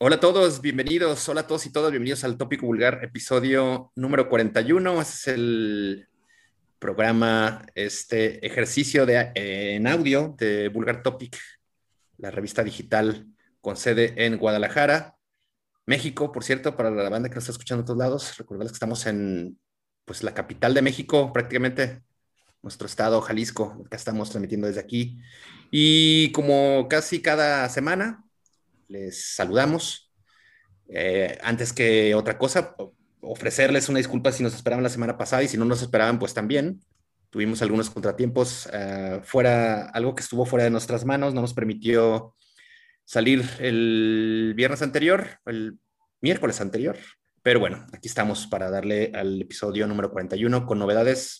Hola a todos, bienvenidos, hola a todos y todas, bienvenidos al Tópico Vulgar, episodio número 41. Este es el programa, este ejercicio en audio de Vulgar Topic, la revista digital con sede en Guadalajara, México, por cierto, para la banda que nos está escuchando en todos lados. Recordarles que estamos en pues, la capital de México, prácticamente, nuestro estado, Jalisco. Acá estamos transmitiendo desde aquí. Y como casi cada semana, les saludamos. Antes que otra cosa, ofrecerles una disculpa si nos esperaban la semana pasada y si no nos esperaban, pues también. Tuvimos algunos contratiempos, algo que estuvo fuera de nuestras manos, no nos permitió salir el viernes anterior, el miércoles anterior. Pero bueno, aquí estamos para darle al episodio número 41 con novedades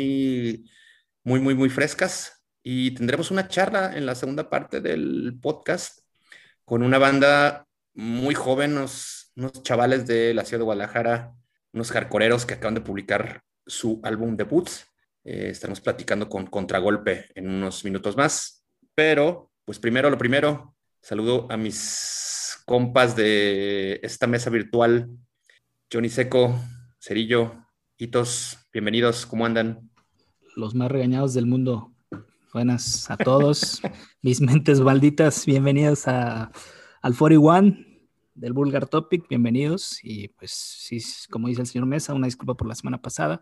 muy frescas. Y tendremos una charla en la segunda parte del podcast con una banda muy joven, unos chavales de la ciudad de Guadalajara, unos hardcoreeros que acaban de publicar su álbum debut. Estaremos platicando con Contragolpe en unos minutos más. Pero, pues primero lo primero, saludo a mis compas de esta mesa virtual, Johnny Seco, Cerillo, Hitos, bienvenidos, ¿cómo andan? Los más regañados del mundo. Buenas a todos, mis mentes malditas, bienvenidos al 41 del Vulgar Topic, bienvenidos. Y pues sí, como dice el señor Mesa, una disculpa por la semana pasada.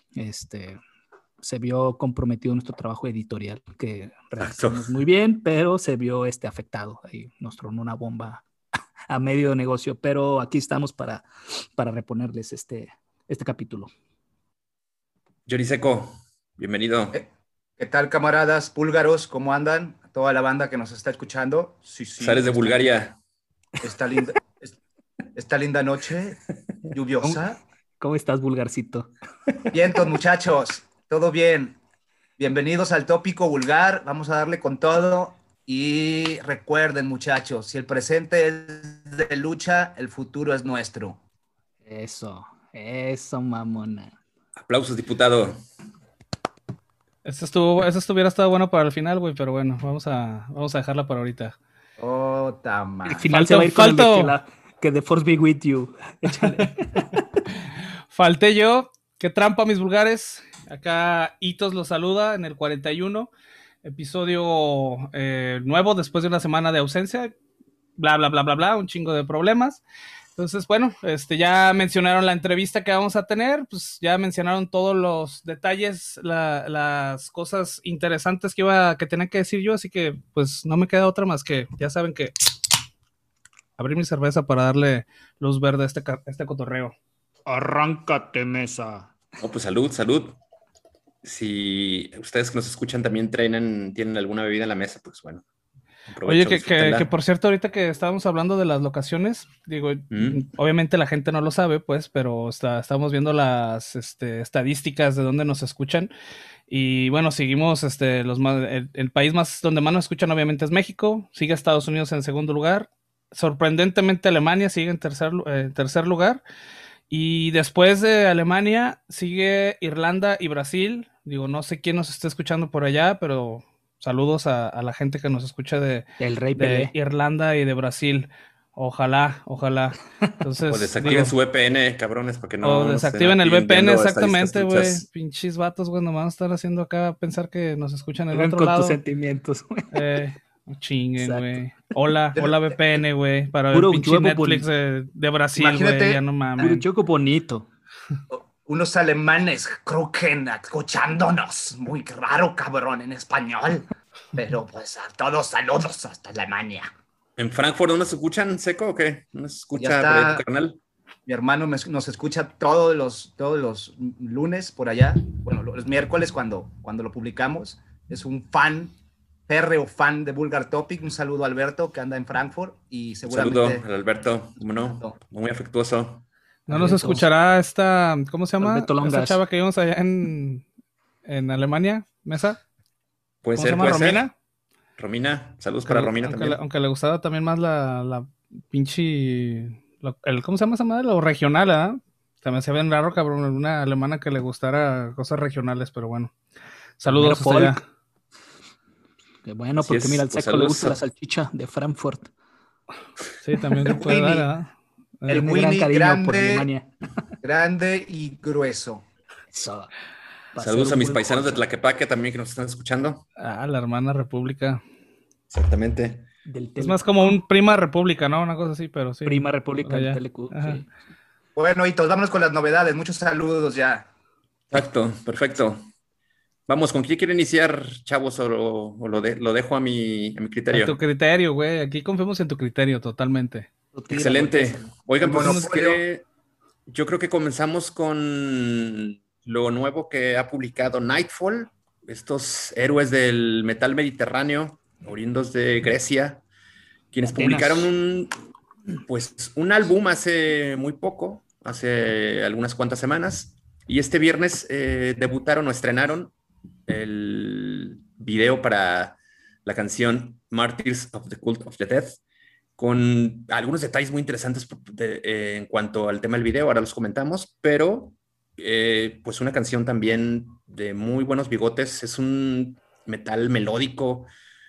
Se vio comprometido nuestro trabajo editorial, que realizamos muy bien, pero se vio afectado. Ahí nos tronó una bomba a medio de negocio, pero aquí estamos para reponerles este capítulo. Johnny Seco, bienvenido. ¿Qué tal, camaradas búlgaros? ¿Cómo andan? A toda la banda que nos está escuchando. Sí, Sales de Bulgaria. Esta linda noche lluviosa. ¿Cómo estás, vulgarcito? Vientos, muchachos. Todo bien. Bienvenidos al Tópico Vulgar. Vamos a darle con todo. Y recuerden, muchachos, si el presente es de lucha, el futuro es nuestro. Eso, mamona. Aplausos, diputado. Eso hubiera estado bueno para el final, güey, pero bueno, vamos a dejarla para ahorita. Oh, tama. El final se va a ir con que The Force be with you. Falté yo. Qué trampa, mis vulgares. Acá Hitos los saluda en el 41. Episodio nuevo después de una semana de ausencia. Bla, bla, bla, bla, bla. Un chingo de problemas. Entonces, bueno, ya mencionaron la entrevista que vamos a tener, pues ya mencionaron todos los detalles, las cosas interesantes que tenía que decir yo, así que pues no me queda otra más que, ya saben que abrir mi cerveza para darle luz verde a este cotorreo. Arráncate, Mesa. Oh, pues salud. Si ustedes que nos escuchan también tienen alguna bebida en la mesa, pues bueno. Oye, que por cierto, ahorita que estábamos hablando de las locaciones, digo, obviamente la gente no lo sabe, pues, pero estamos viendo las estadísticas de dónde nos escuchan. Y bueno, seguimos el país donde más nos escuchan, obviamente, es México. Sigue Estados Unidos en segundo lugar. Sorprendentemente, Alemania sigue en tercer lugar. Y después de Alemania, sigue Irlanda y Brasil. Digo, no sé quién nos está escuchando por allá, pero saludos a la gente que nos escucha de Irlanda y de Brasil. Ojalá. Entonces, o desactiven su VPN, cabrones, porque no. O desactiven el VPN, exactamente, güey. Pinches vatos, güey, nomás están haciendo acá pensar que nos escuchan en el otro lado. Con tus sentimientos, güey. Chinguen, güey. Hola VPN, güey. Para ver pinche Netflix de Brasil, güey. Ya no mames. Puro choco bonito. Unos alemanes crujen escuchándonos. Muy raro, cabrón, en español. Pero pues a todos saludos hasta Alemania. ¿En Frankfurt no nos escuchan, Seco, o qué? ¿No nos escucha por ahí tu carnal? Mi hermano nos escucha todos los lunes por allá. Bueno, los miércoles cuando lo publicamos. Es un férreo fan de Vulgar Topic. Un saludo a Alberto, que anda en Frankfurt. Y seguramente... Un saludo al Alberto, ¿cómo no? Muy afectuoso. ¿No nos escuchará cómo se llama? Esa chava que vimos allá en Alemania, Mesa. Puede ser, Romina, saludos para Romina también. Aunque le gustaba también más la pinche... ¿Cómo se llama esa madre? Lo regional, ¿ah? Se me hacía bien raro, cabrón, una alemana que le gustara cosas regionales, pero bueno. Saludos hasta allá. Qué bueno, porque mira, al Seco le gusta la salchicha de Frankfurt. Sí, también se puede dar, ¿verdad? El Un gran Winnie cariño por Alemania. grande y grueso. Eso, Saludos a mis paisanos de Jorge. Tlaquepaque también que nos están escuchando. La hermana república. Exactamente. Es más como un prima república, ¿no? Una cosa así, pero sí. Prima república del Allá. Telecu. Ajá. Sí. Bueno, Hitos, vámonos con las novedades. Muchos saludos ya. Exacto, perfecto. Vamos, ¿con quién quiere iniciar, chavos? ¿O lo dejo a mi A criterio? tu criterio, güey. Aquí confiamos en tu criterio totalmente. Tú tíralo, Excelente. empiézalo. Oigan, El pues monopolio. yo creo que comenzamos con lo nuevo que ha publicado Nightfall, estos héroes del metal mediterráneo, oriundos de Grecia, quienes Atenas. publicaron un álbum hace muy poco, hace algunas cuantas semanas, y este viernes debutaron o estrenaron el video para la canción Martyrs of the Cult of the Dead, con algunos detalles muy interesantes en cuanto al tema del video, ahora los comentamos, pero pues una canción también de muy buenos bigotes, es un metal melódico,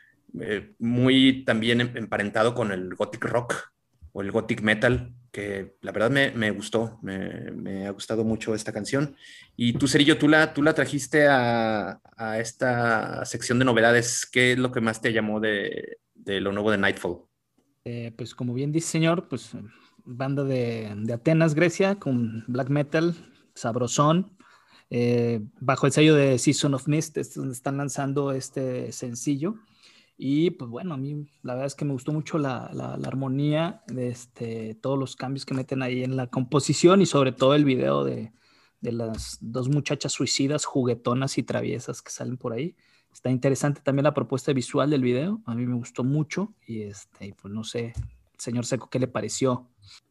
muy también emparentado con el gothic rock o el gothic metal, que la verdad me gustó, me ha gustado mucho esta canción. Y tú, Cerillo, tú la trajiste a esta sección de novedades. ¿Qué es lo que más te llamó de lo nuevo de Nightfall? Pues como bien dice señor, pues banda de Atenas, Grecia, con black metal, sabrosón, bajo el sello de Season of Mist, es donde están lanzando este sencillo. Y pues bueno, a mí la verdad es que me gustó mucho la armonía, de todos los cambios que meten ahí en la composición y sobre todo el video de las dos muchachas suicidas, juguetonas y traviesas que salen por ahí. Está interesante también la propuesta visual del video, a mí me gustó mucho y pues no sé, señor Seco, ¿qué le pareció?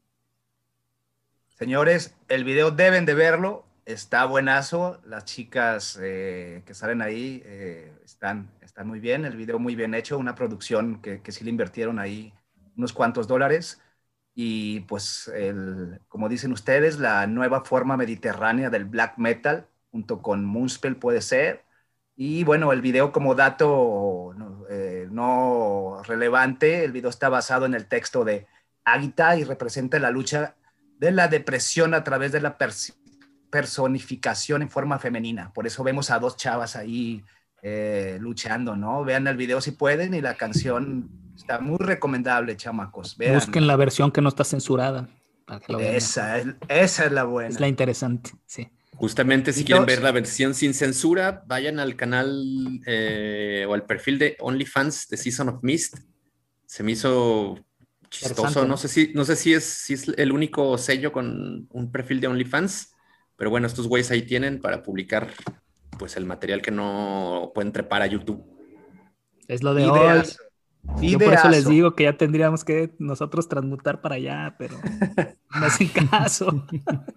Señores, el video deben de verlo. Está buenazo. Las chicas que salen ahí están muy bien. El video muy bien hecho. Una producción que sí le invirtieron ahí unos cuantos dólares. Y pues, como dicen ustedes, la nueva forma mediterránea del black metal, junto con Moonspell puede ser. Y bueno, el video como dato no relevante, el video está basado en el texto de Águita y representa la lucha de la depresión a través de la personificación en forma femenina. Por eso vemos a dos chavas ahí luchando, ¿no? Vean el video si pueden y la canción está muy recomendable, chamacos. Vean. Busquen la versión que no está censurada. Para que lo vean. Esa es la buena. Es la interesante, sí. Justamente, si quieren ver la versión sin censura, vayan al canal o al perfil de OnlyFans de Season of Mist. Se me hizo chistoso. No sé si es el único sello con un perfil de OnlyFans, pero bueno, estos güeyes ahí tienen para publicar pues el material que no pueden trepar a YouTube. Es lo de hoy. Yo por eso les digo que ya tendríamos que nosotros transmutar para allá, pero no hacen caso.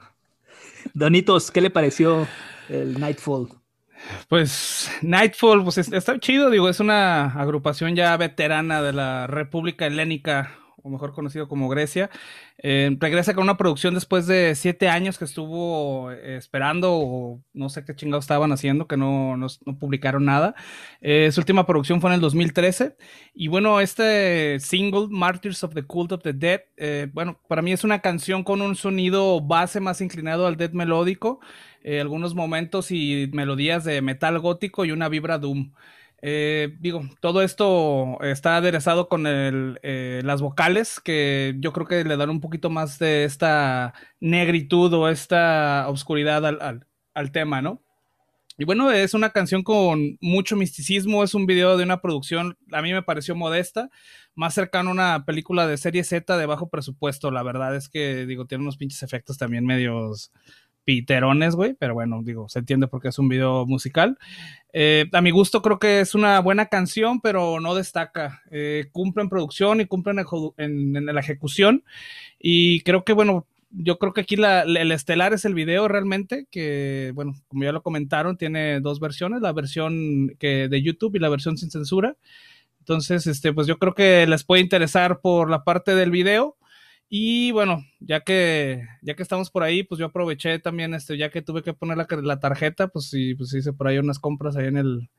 Donitos, ¿qué le pareció el Nightfall? Pues Nightfall, pues está chido, digo, es una agrupación ya veterana de la República Helénica, o mejor conocido como Grecia. Regresa con una producción después de 7 años que estuvo esperando, o no sé qué chingados estaban haciendo, que no publicaron nada. Su última producción fue en el 2013. Y bueno, este single, Martyrs of the Cult of the Dead, bueno, para mí es una canción con un sonido base más inclinado al death melódico, algunos momentos y melodías de metal gótico y una vibra doom. Digo, todo esto está aderezado con las vocales, que yo creo que le dan un poquito más de esta negritud o esta oscuridad al tema, ¿no? Y bueno, es una canción con mucho misticismo, es un video de una producción, a mí me pareció modesta, más cercano a una película de serie Z de bajo presupuesto. La verdad es que, digo, tiene unos pinches efectos también medios piterones, güey, pero bueno, digo, se entiende porque es un video musical. A mi gusto creo que es una buena canción, pero no destaca. Cumple en producción y cumple en la ejecución, y creo que, bueno, yo creo que aquí el estelar es el video realmente, que, bueno, como ya lo comentaron, tiene dos versiones, la versión de YouTube y la versión sin censura. Entonces, pues yo creo que les puede interesar por la parte del video. Y bueno, ya que estamos por ahí, pues yo aproveché también, ya que tuve que poner la tarjeta, pues sí hice por ahí unas compras ahí en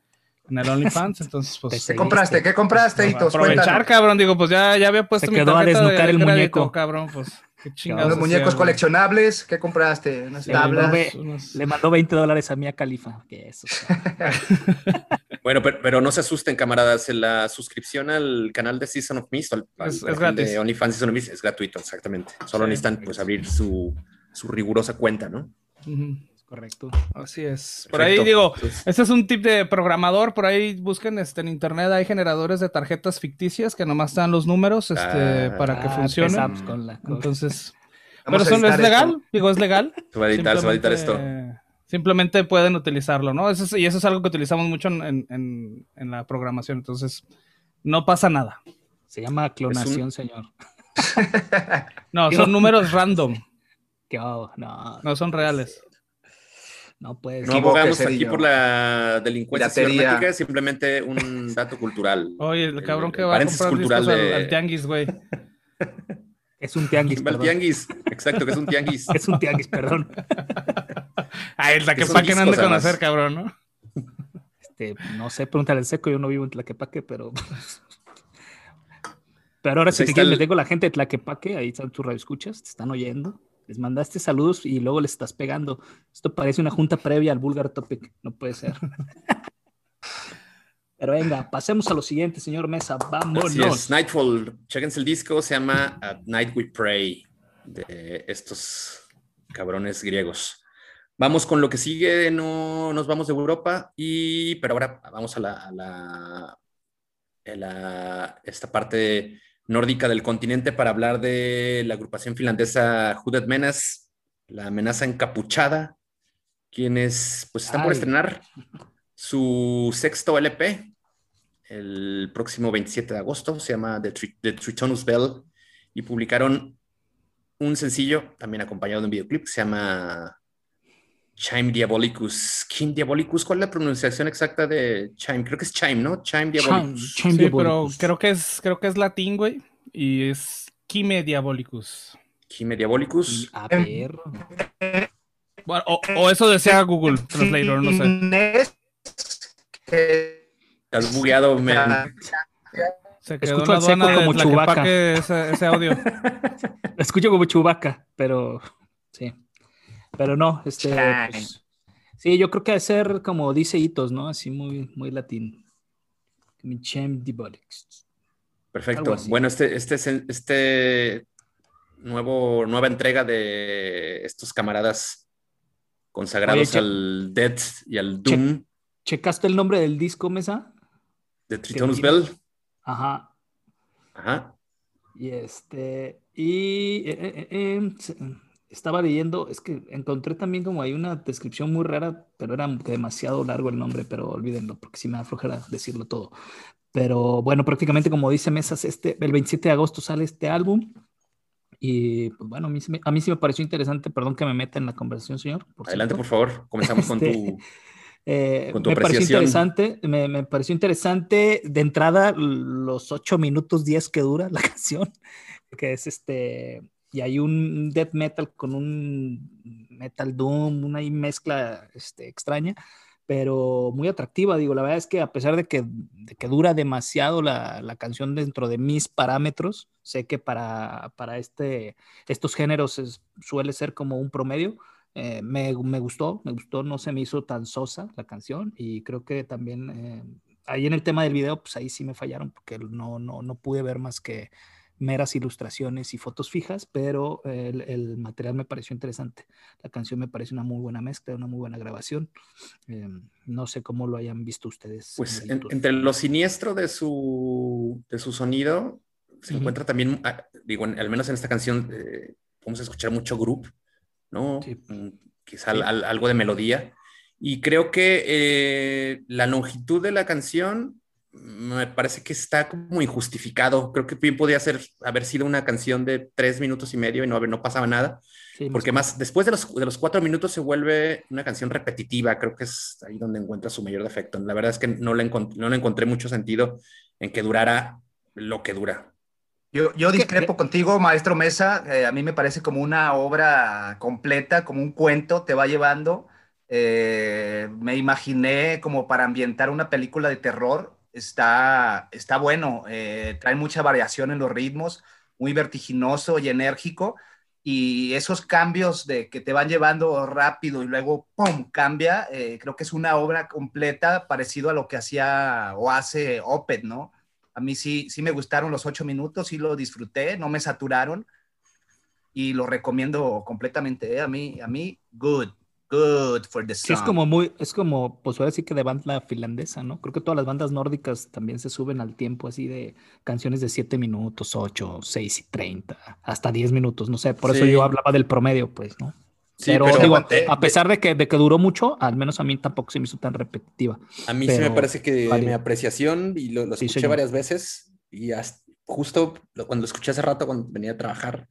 en el OnlyFans, entonces pues... ¿Qué compraste, Hitos? Aprovechar, cabrón, digo, pues ya había puesto mi tarjeta a desnucar el crédito, muñeco. cabrón, pues qué chingados. Unos muñecos coleccionables, ¿qué compraste? Unas tablas. Le mandó $20 a Mia Khalifa, que eso. Bueno, pero no se asusten, camaradas, la suscripción al canal de Season of Mist, es gratis. de OnlyFans Season of Mist es gratuito, exactamente. Solo necesitan pues abrir su rigurosa cuenta, ¿no? Correcto. Así es. Perfecto. Por ahí digo, este es un tip de programador, por ahí busquen en internet, hay generadores de tarjetas ficticias que nomás están los números para que funcionen. Entonces, pero eso no es legal, es legal. Se va a editar esto. Simplemente pueden utilizarlo, ¿no? Eso es algo que utilizamos mucho en la programación, entonces no pasa nada. Se llama clonación, señor. No, son números random. No son reales. No puede ser. No abogamos aquí por la delincuencia cibernética, simplemente un dato cultural. Oye, el cabrón que va a comprar cultural discos al tianguis, güey. Es un tianguis, perdón. Tianguis, exacto, que es un tianguis. Es un tianguis, perdón. El Tlaquepaque no han de conocer, cabrón, ¿no? No sé, pregúntale al Seco, yo no vivo en Tlaquepaque, pero... Pero ahora si te quieres, le digo a la gente de Tlaquepaque, ahí están tus radioescuchas, te están oyendo. Les mandaste saludos y luego les estás pegando. Esto parece una junta previa al Vulgar Topic. No puede ser. Pero venga, pasemos a lo siguiente, señor Mesa. Vámonos. Así es, Nightfall. Chéquense el disco, se llama At Night We Pray, de estos cabrones griegos. Vamos con lo que sigue, no nos vamos de Europa, pero ahora vamos a esta parte nórdica del continente para hablar de la agrupación finlandesa Hooded Menace, la amenaza encapuchada, quienes pues están por estrenar su sexto LP el próximo 27 de agosto, se llama The Tritonus Bell, y publicaron un sencillo también acompañado de un videoclip que se llama Chime Diabolicus. Chime Diabolicus, ¿cuál es la pronunciación exacta de Chime? Creo que es Chime, ¿no? Chime Diabolicus. Chime sí, Diabolicus. Pero creo que es latín, güey, y es Chime Diabolicus. Chime Diabolicus. A perro. Bueno, o eso decía Google Translator, no sé. Estás bugueado, man. Se quedó Escucho en la al Seco aduana como de Chewbacca. Tlaquepaque ese audio. Escucho como Chewbacca, pero sí. Pero no, pues, sí, yo creo que debe ser como dice Hitos, ¿no? Así muy, muy latín. Chime Diabolicus. Perfecto. Bueno, nueva entrega de estos camaradas consagrados al Death y al Doom. ¿Checaste el nombre del disco, Mesa? De Tritonus Bell. Ajá. Y estaba leyendo, es que encontré también como hay una descripción muy rara, pero era demasiado largo el nombre, pero olvídenlo, porque sí me da flojera decirlo todo. Pero bueno, prácticamente como dice Mesas, el 27 de agosto sale este álbum. Y pues bueno, a mí sí me pareció interesante, perdón que me meta en la conversación, señor. Adelante, por favor, comenzamos con tu me pareció interesante de entrada los 8 minutos 10 que dura la canción, que es y hay un death metal con un metal doom, una mezcla extraña, pero muy atractiva. Digo, la verdad es que a pesar de que dura demasiado la canción dentro de mis parámetros, sé que para estos géneros suele ser como un promedio. Me gustó, no se me hizo tan sosa la canción, y creo que también ahí en el tema del video, pues ahí sí me fallaron, porque no pude ver más que meras ilustraciones y fotos fijas, pero el material me pareció interesante. La canción me parece una muy buena mezcla, una muy buena grabación. No sé cómo lo hayan visto ustedes. Pues entre lo siniestro de su sonido se encuentra también, digo, al menos en esta canción vamos a escuchar mucho group, ¿no? Sí. Quizá sí. Algo de melodía. Y creo que la longitud de la canción me parece que está como injustificado. Creo que bien podía haber sido una canción de 3 minutos y medio y no pasaba nada. Sí, porque más después de los 4 minutos se vuelve una canción repetitiva. Creo que es ahí donde encuentra su mayor defecto. La verdad es que no le encontré mucho sentido en que durara lo que dura. Yo discrepo contigo, maestro Mesa. A mí me parece como una obra completa, como un cuento, te va llevando. Me imaginé como para ambientar una película de terror. Está bueno, trae mucha variación en los ritmos, muy vertiginoso y enérgico, y esos cambios de que te van llevando rápido y luego ¡pum! Cambia. Creo que es una obra completa parecido a lo que hacía o hace Opeth, ¿no? A mí sí me gustaron los 8 minutos, sí lo disfruté, no me saturaron y lo recomiendo completamente. A mí, good for the Sí, song. es como, pues ahora sí que de banda finlandesa, ¿no? Creo que todas las bandas nórdicas también se suben al tiempo así de canciones de 7 minutos, 8, 6 y 30, hasta 10 minutos, no sé, por eso yo Sí, hablaba del promedio, pues, ¿no? sí, Pero Sí, pero digo, aguanté. a pesar de que duró mucho, al menos a mí tampoco se me hizo tan repetitiva, a mí sí me pero parece que mi válido. apreciación, y lo Sí, escuché señor. varias veces, y justo cuando lo escuché hace rato, cuando venía a trabajar,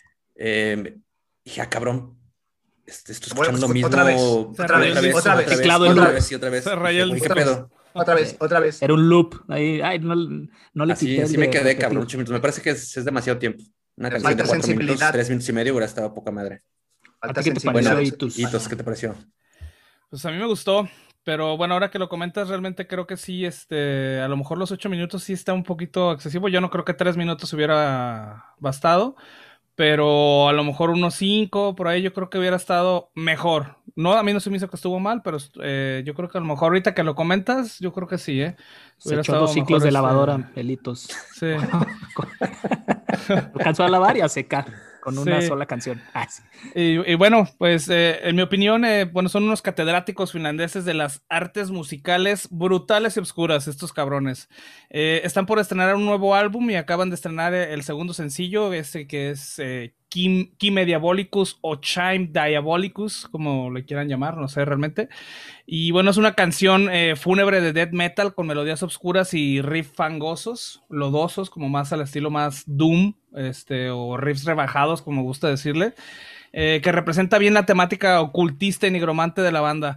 dije, cabrón, estoy Bueno, escuchando lo otra vez, mismo Se otra y rayó otra el vez, vez otra y disco. otra vez Ciclado y en otra loop. vez y otra Se vez. rayó Dije, el güey, ¿qué disco. pedo? otra vez, otra vez. Era un loop. Ahí, ay, no le Así, quité el así me de quedé, repetir. cabrón, 8 minutos. Me parece que es demasiado tiempo. Una Me canción de falta 4 minutos, sensibilidad, 3 minutos y medio, hubiera estado poca madre. ¿A falta ti qué te sensibilidad pareció, Bueno, en su Hitos, Itus? ¿qué te pareció? Pues a mí me gustó, pero bueno, ahora que lo comentas, realmente creo que sí, a lo mejor los 8 minutos sí está un poquito excesivo. Yo no creo que 3 minutos hubiera bastado, pero a lo mejor unos 5 por ahí yo creo que hubiera estado mejor. No, a mí no se me hizo que estuvo mal, pero yo creo que a lo mejor ahorita que lo comentas, yo creo que sí, Se hubiera echó 2 estado ciclos mejor de lavadora, Elitos. sí, Alcanzó a lavar y a secar con una sí. sola canción. Ah, sí. Y bueno, pues en mi opinión, bueno, son unos catedráticos finlandeses de las artes musicales brutales y obscuras, estos cabrones. Están por estrenar un nuevo álbum y acaban de estrenar el segundo sencillo, que es Chime Diabolicus o Chime Diabolicus, como le quieran llamar, no sé realmente. Y bueno, es una canción fúnebre de death metal con melodías obscuras y riffs fangosos, lodosos, como más al estilo más doom, o riffs rebajados, como gusta decirle, que representa bien la temática ocultista y nigromante de la banda.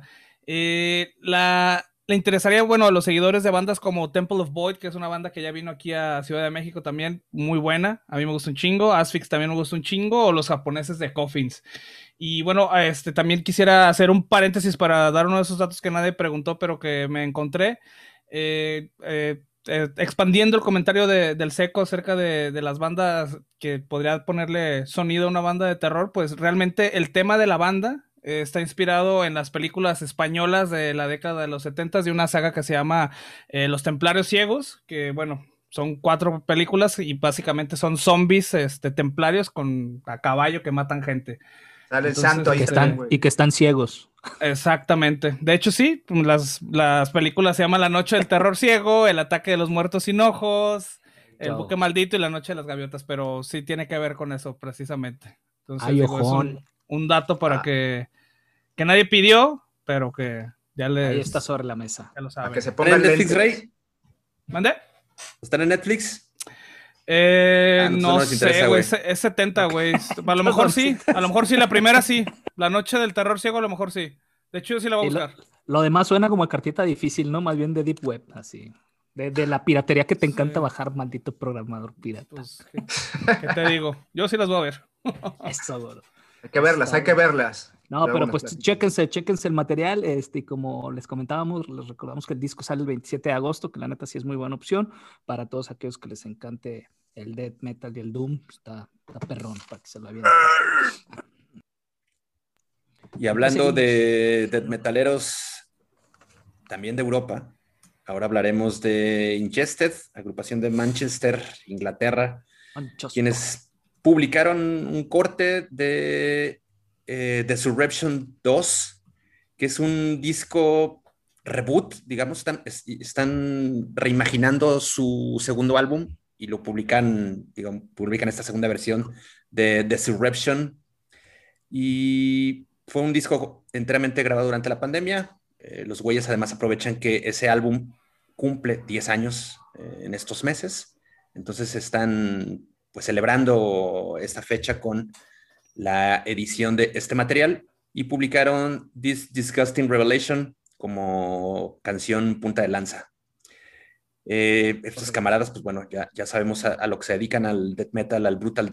Le interesaría, bueno, a los seguidores de bandas como Temple of Void, que es una banda que ya vino aquí a Ciudad de México también, muy buena, a mí me gusta un chingo, Asphyx también me gusta un chingo, o los japoneses de Coffins. Y bueno, también quisiera hacer un paréntesis para dar uno de esos datos que nadie preguntó, pero que me encontré. Expandiendo el comentario del Seco acerca de las bandas que podría ponerle sonido a una banda de terror, pues realmente el tema de la banda está inspirado en las películas españolas de la década de los 70 de una saga que se llama Los Templarios Ciegos, que bueno, son 4 películas y básicamente son zombies templarios a caballo que matan gente. Sale el Entonces, santo ahí también, güey. Y que están ciegos. exactamente. De hecho, sí, las películas se llaman La Noche del Terror Ciego, El Ataque de los Muertos Sin Ojos, El Buque Maldito y La Noche de las Gaviotas, pero sí tiene que ver con eso precisamente. Entonces, Ay, digo, es ojón. un dato para Ah, que nadie pidió, pero que ya Ahí está les sobre la mesa. ya lo para que saben. se ¿Están en pongan Netflix, lentes. Ray? ¿Mande? ¿Están en Netflix? No, pues No no les interesa, sé, güey, güey. es 70, güey. A lo mejor sí, la primera sí. La Noche del Terror Ciego a lo mejor sí. De hecho, yo sí la voy a Y buscar. lo demás suena como a cartita difícil, ¿no? Más bien de Deep Web, así. De la piratería que te encanta Sí. bajar, maldito programador pirata. Pues, ¿qué te digo? Yo sí las voy a ver. Eso, bro. Hay que verlas, hay que verlas. No, Luego pero nos pues platicas. chéquense el material, y como les comentábamos, les recordamos que el disco sale el 27 de agosto, que la neta sí es muy buena opción para todos aquellos que les encante el death metal y el doom, está perrón para que se lo avienten. Y hablando de death metaleros también de Europa, ahora hablaremos de Ingested, agrupación de Manchester, Inglaterra, quienes publicaron un corte de The Surreption 2, que es un disco reboot, digamos, están reimaginando su segundo álbum y lo publican, digamos, publican esta segunda versión de The Surreption. Y fue un disco enteramente grabado durante la pandemia. Los güeyes además aprovechan que ese álbum cumple 10 años en estos meses. Entonces están pues celebrando esta fecha con la edición de este material y publicaron This Disgusting Revelation como canción punta de lanza. Estos camaradas, pues bueno, ya sabemos a lo que se dedican, al death metal, al brutal death.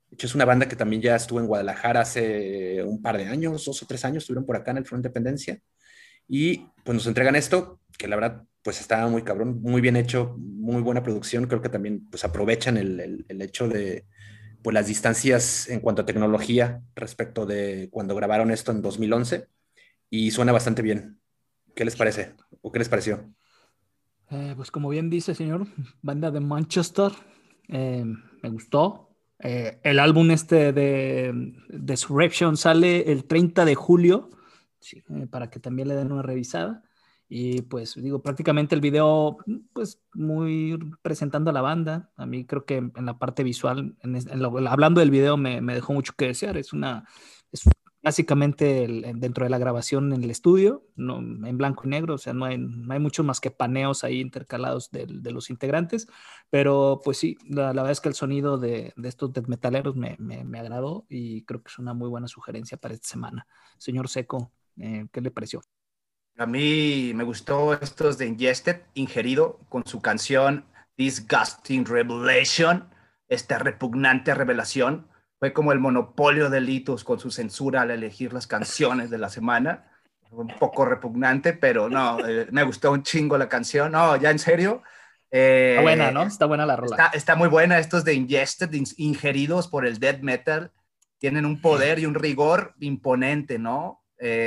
De hecho, es una banda que también ya estuvo en Guadalajara hace un par de años, 2 o 3 años, estuvieron por acá en el Foro Independencia. Y pues nos entregan esto, que la verdad, pues está muy cabrón, muy bien hecho, muy buena producción. Creo que también pues aprovechan el hecho de pues las distancias en cuanto a tecnología respecto de cuando grabaron esto en 2011 y suena bastante bien. ¿Qué les parece? ¿O qué les pareció? Pues como bien dice, señor, banda de Manchester, me gustó. El álbum este de Resurrection sale el 30 de julio, sí, para que también le den una revisada. Y pues digo, prácticamente el video, pues muy presentando a la banda. A mí creo que en la parte visual, hablando del video, me dejó mucho que desear. Es básicamente dentro de la grabación en el estudio, no, en blanco y negro, o sea, no hay muchos más que paneos ahí intercalados de los integrantes, pero pues sí, la verdad es que el sonido de estos death metaleros me agradó y creo que es una muy buena sugerencia para esta semana. Señor Seco, ¿qué le pareció? A mí me gustó estos de Ingested, Ingerido, con su canción Disgusting Revelation, esta repugnante revelación. Fue como el monopolio de Litos con su censura al elegir las canciones de la semana. Fue un poco repugnante, pero no, me gustó un chingo la canción. No, ya en serio. Está buena, ¿no? Está buena la rola. Está muy buena. Estos de Ingested, ingeridos por el death metal, tienen un poder y un rigor imponente, ¿no?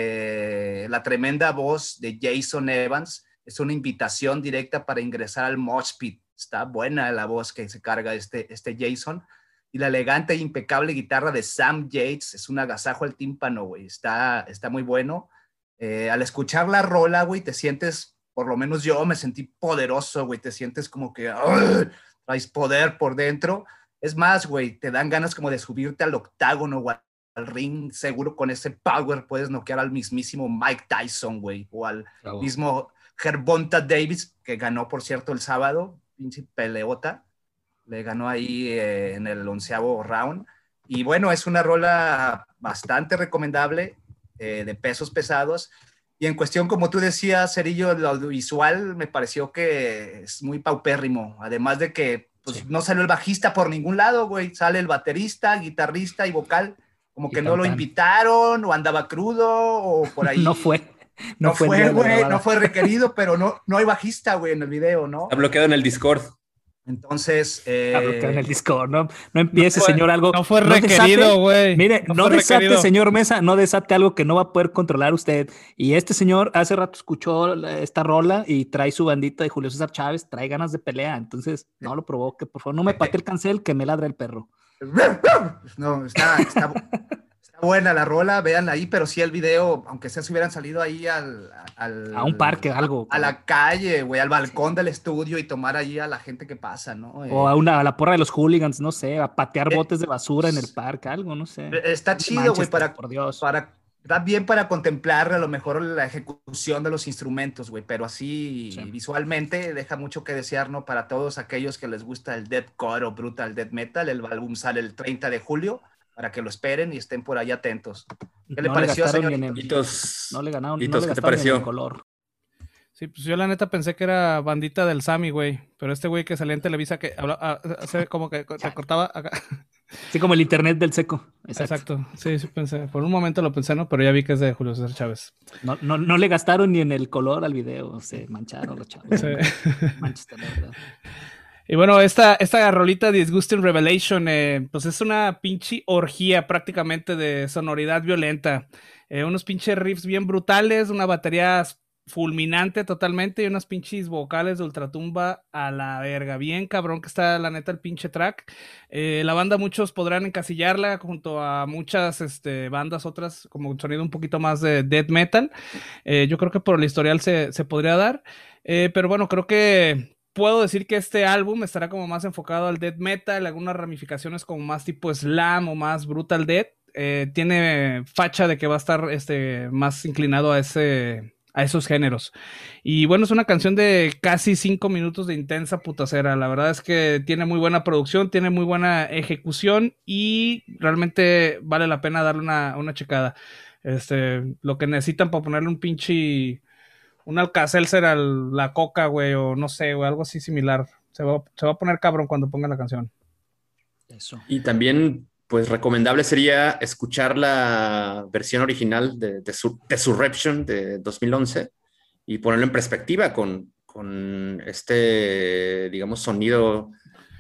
La tremenda voz de Jason Evans es una invitación directa para ingresar al mosh pit. Está buena la voz que se carga este Jason. Y la elegante e impecable guitarra de Sam Yates es un agasajo al tímpano, güey. Está muy bueno. Al escuchar la rola, güey, te sientes, por lo menos yo me sentí poderoso, güey. Te sientes como que traes poder por dentro. Es más, güey, te dan ganas como de subirte al octágono, güey, al ring. Seguro con ese power puedes noquear al mismísimo Mike Tyson, güey, o al mismo Gervonta Davis, que ganó, por cierto, el sábado. Pinche peleota. Le ganó ahí en el 11º round. Y bueno, es una rola bastante recomendable, de pesos pesados. Y en cuestión, como tú decías, Cerillo, lo audiovisual me pareció que es muy paupérrimo. Además de que pues, sí, no salió el bajista por ningún lado, güey. Sale el baterista, guitarrista y vocal. Como que no lo invitaron, o andaba crudo, o por ahí. No fue. No fue, güey. No fue requerido, pero no hay bajista, güey, en el video, ¿no? Está bloqueado en el Discord. Entonces, en el Discord, no empiece, no fue, señor, algo. No fue requerido, güey. Mire, no desate, requerido. Señor Mesa, no desate algo que no va a poder controlar usted. Y este señor hace rato escuchó esta rola y trae su bandita de Julio César Chávez, trae ganas de pelea. Entonces, no lo provoque, por favor, no me patee el cancel, que me ladra el perro. No, está buena la rola, véanla ahí, pero sí el video, aunque sea si hubieran salido ahí a un parque, algo. A la calle, güey, al balcón del estudio y tomar ahí a la gente que pasa, ¿no? O a la porra de los hooligans, no sé, a patear botes de basura en el parque, algo, no sé. Está chido, güey, da bien para contemplar a lo mejor la ejecución de los instrumentos, güey, pero así sí, visualmente deja mucho que desear, ¿no? Para todos aquellos que les gusta el deathcore o brutal death metal. El álbum sale el 30 de julio. Para que lo esperen y estén por ahí atentos. ¿Qué le pareció, señor? No le ganaron. ¿Qué te pareció? En color. Sí, pues yo la neta pensé que era bandita del Sammy, güey. Pero este güey que salía en Televisa que hablaba, como que te cortaba acá. Sí, como el internet del Seco. Exacto. Sí, pensé. Por un momento lo pensé, ¿no? Pero ya vi que es de Julio César Chávez. No le gastaron ni en el color al video. Se mancharon los chavos. Sí. Manchester, la verdad. Y bueno, esta rolita Disgusting Revelation, pues es una pinche orgía prácticamente de sonoridad violenta. Unos pinches riffs bien brutales, una batería fulminante totalmente y unas pinches vocales de ultratumba a la verga. Bien cabrón que está la neta el pinche track. La banda muchos podrán encasillarla junto a muchas bandas otras como un sonido un poquito más de death metal. Yo creo que por el historial se podría dar. Pero bueno, creo que puedo decir que este álbum estará como más enfocado al death metal, algunas ramificaciones como más tipo slam o más brutal death. Tiene facha de que va a estar más inclinado a esos géneros. Y bueno, es una canción de casi 5 minutos de intensa putacera. La verdad es que tiene muy buena producción, tiene muy buena ejecución y realmente vale la pena darle una checada. Lo que necesitan para ponerle un Alka-Seltzer a la coca, güey, o no sé, güey, algo así similar. Se va a poner cabrón cuando pongan la canción. Eso. Y también pues recomendable sería escuchar la versión original de Surreption de 2011 y ponerlo en perspectiva con este, digamos, sonido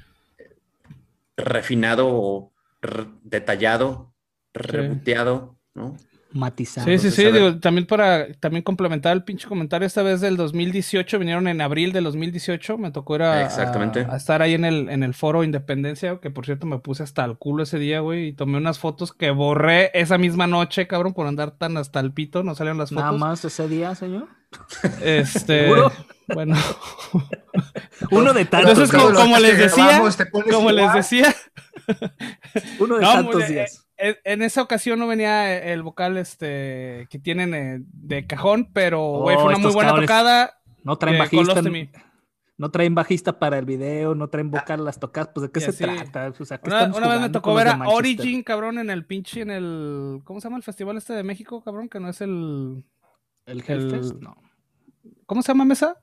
refinado o detallado, reboteado, ¿no? Matizado. Sí, digo, también complementar el pinche comentario, esta vez del 2018, vinieron en abril del 2018, me tocó ir a estar ahí en el foro Independencia, que por cierto me puse hasta el culo ese día, güey, y tomé unas fotos que borré esa misma noche, cabrón, por andar tan hasta el pito, no salieron las fotos. ¿Nada más ese día, señor? ¿Seguro? Bueno. Uno de tantos. Entonces, como les decía, uno de tantos días. En esa ocasión no venía el vocal que tienen de cajón, pero güey, fue una muy buena tocada. No traen bajista. No traen bajista para el video, no traen vocal las tocadas, pues ¿de qué se trata? O sea, una vez me tocó ver a Origin, cabrón, en el pinche, ¿cómo se llama el festival de México, cabrón? Que no es el Hellfest, no. ¿Cómo se llama, Mesa?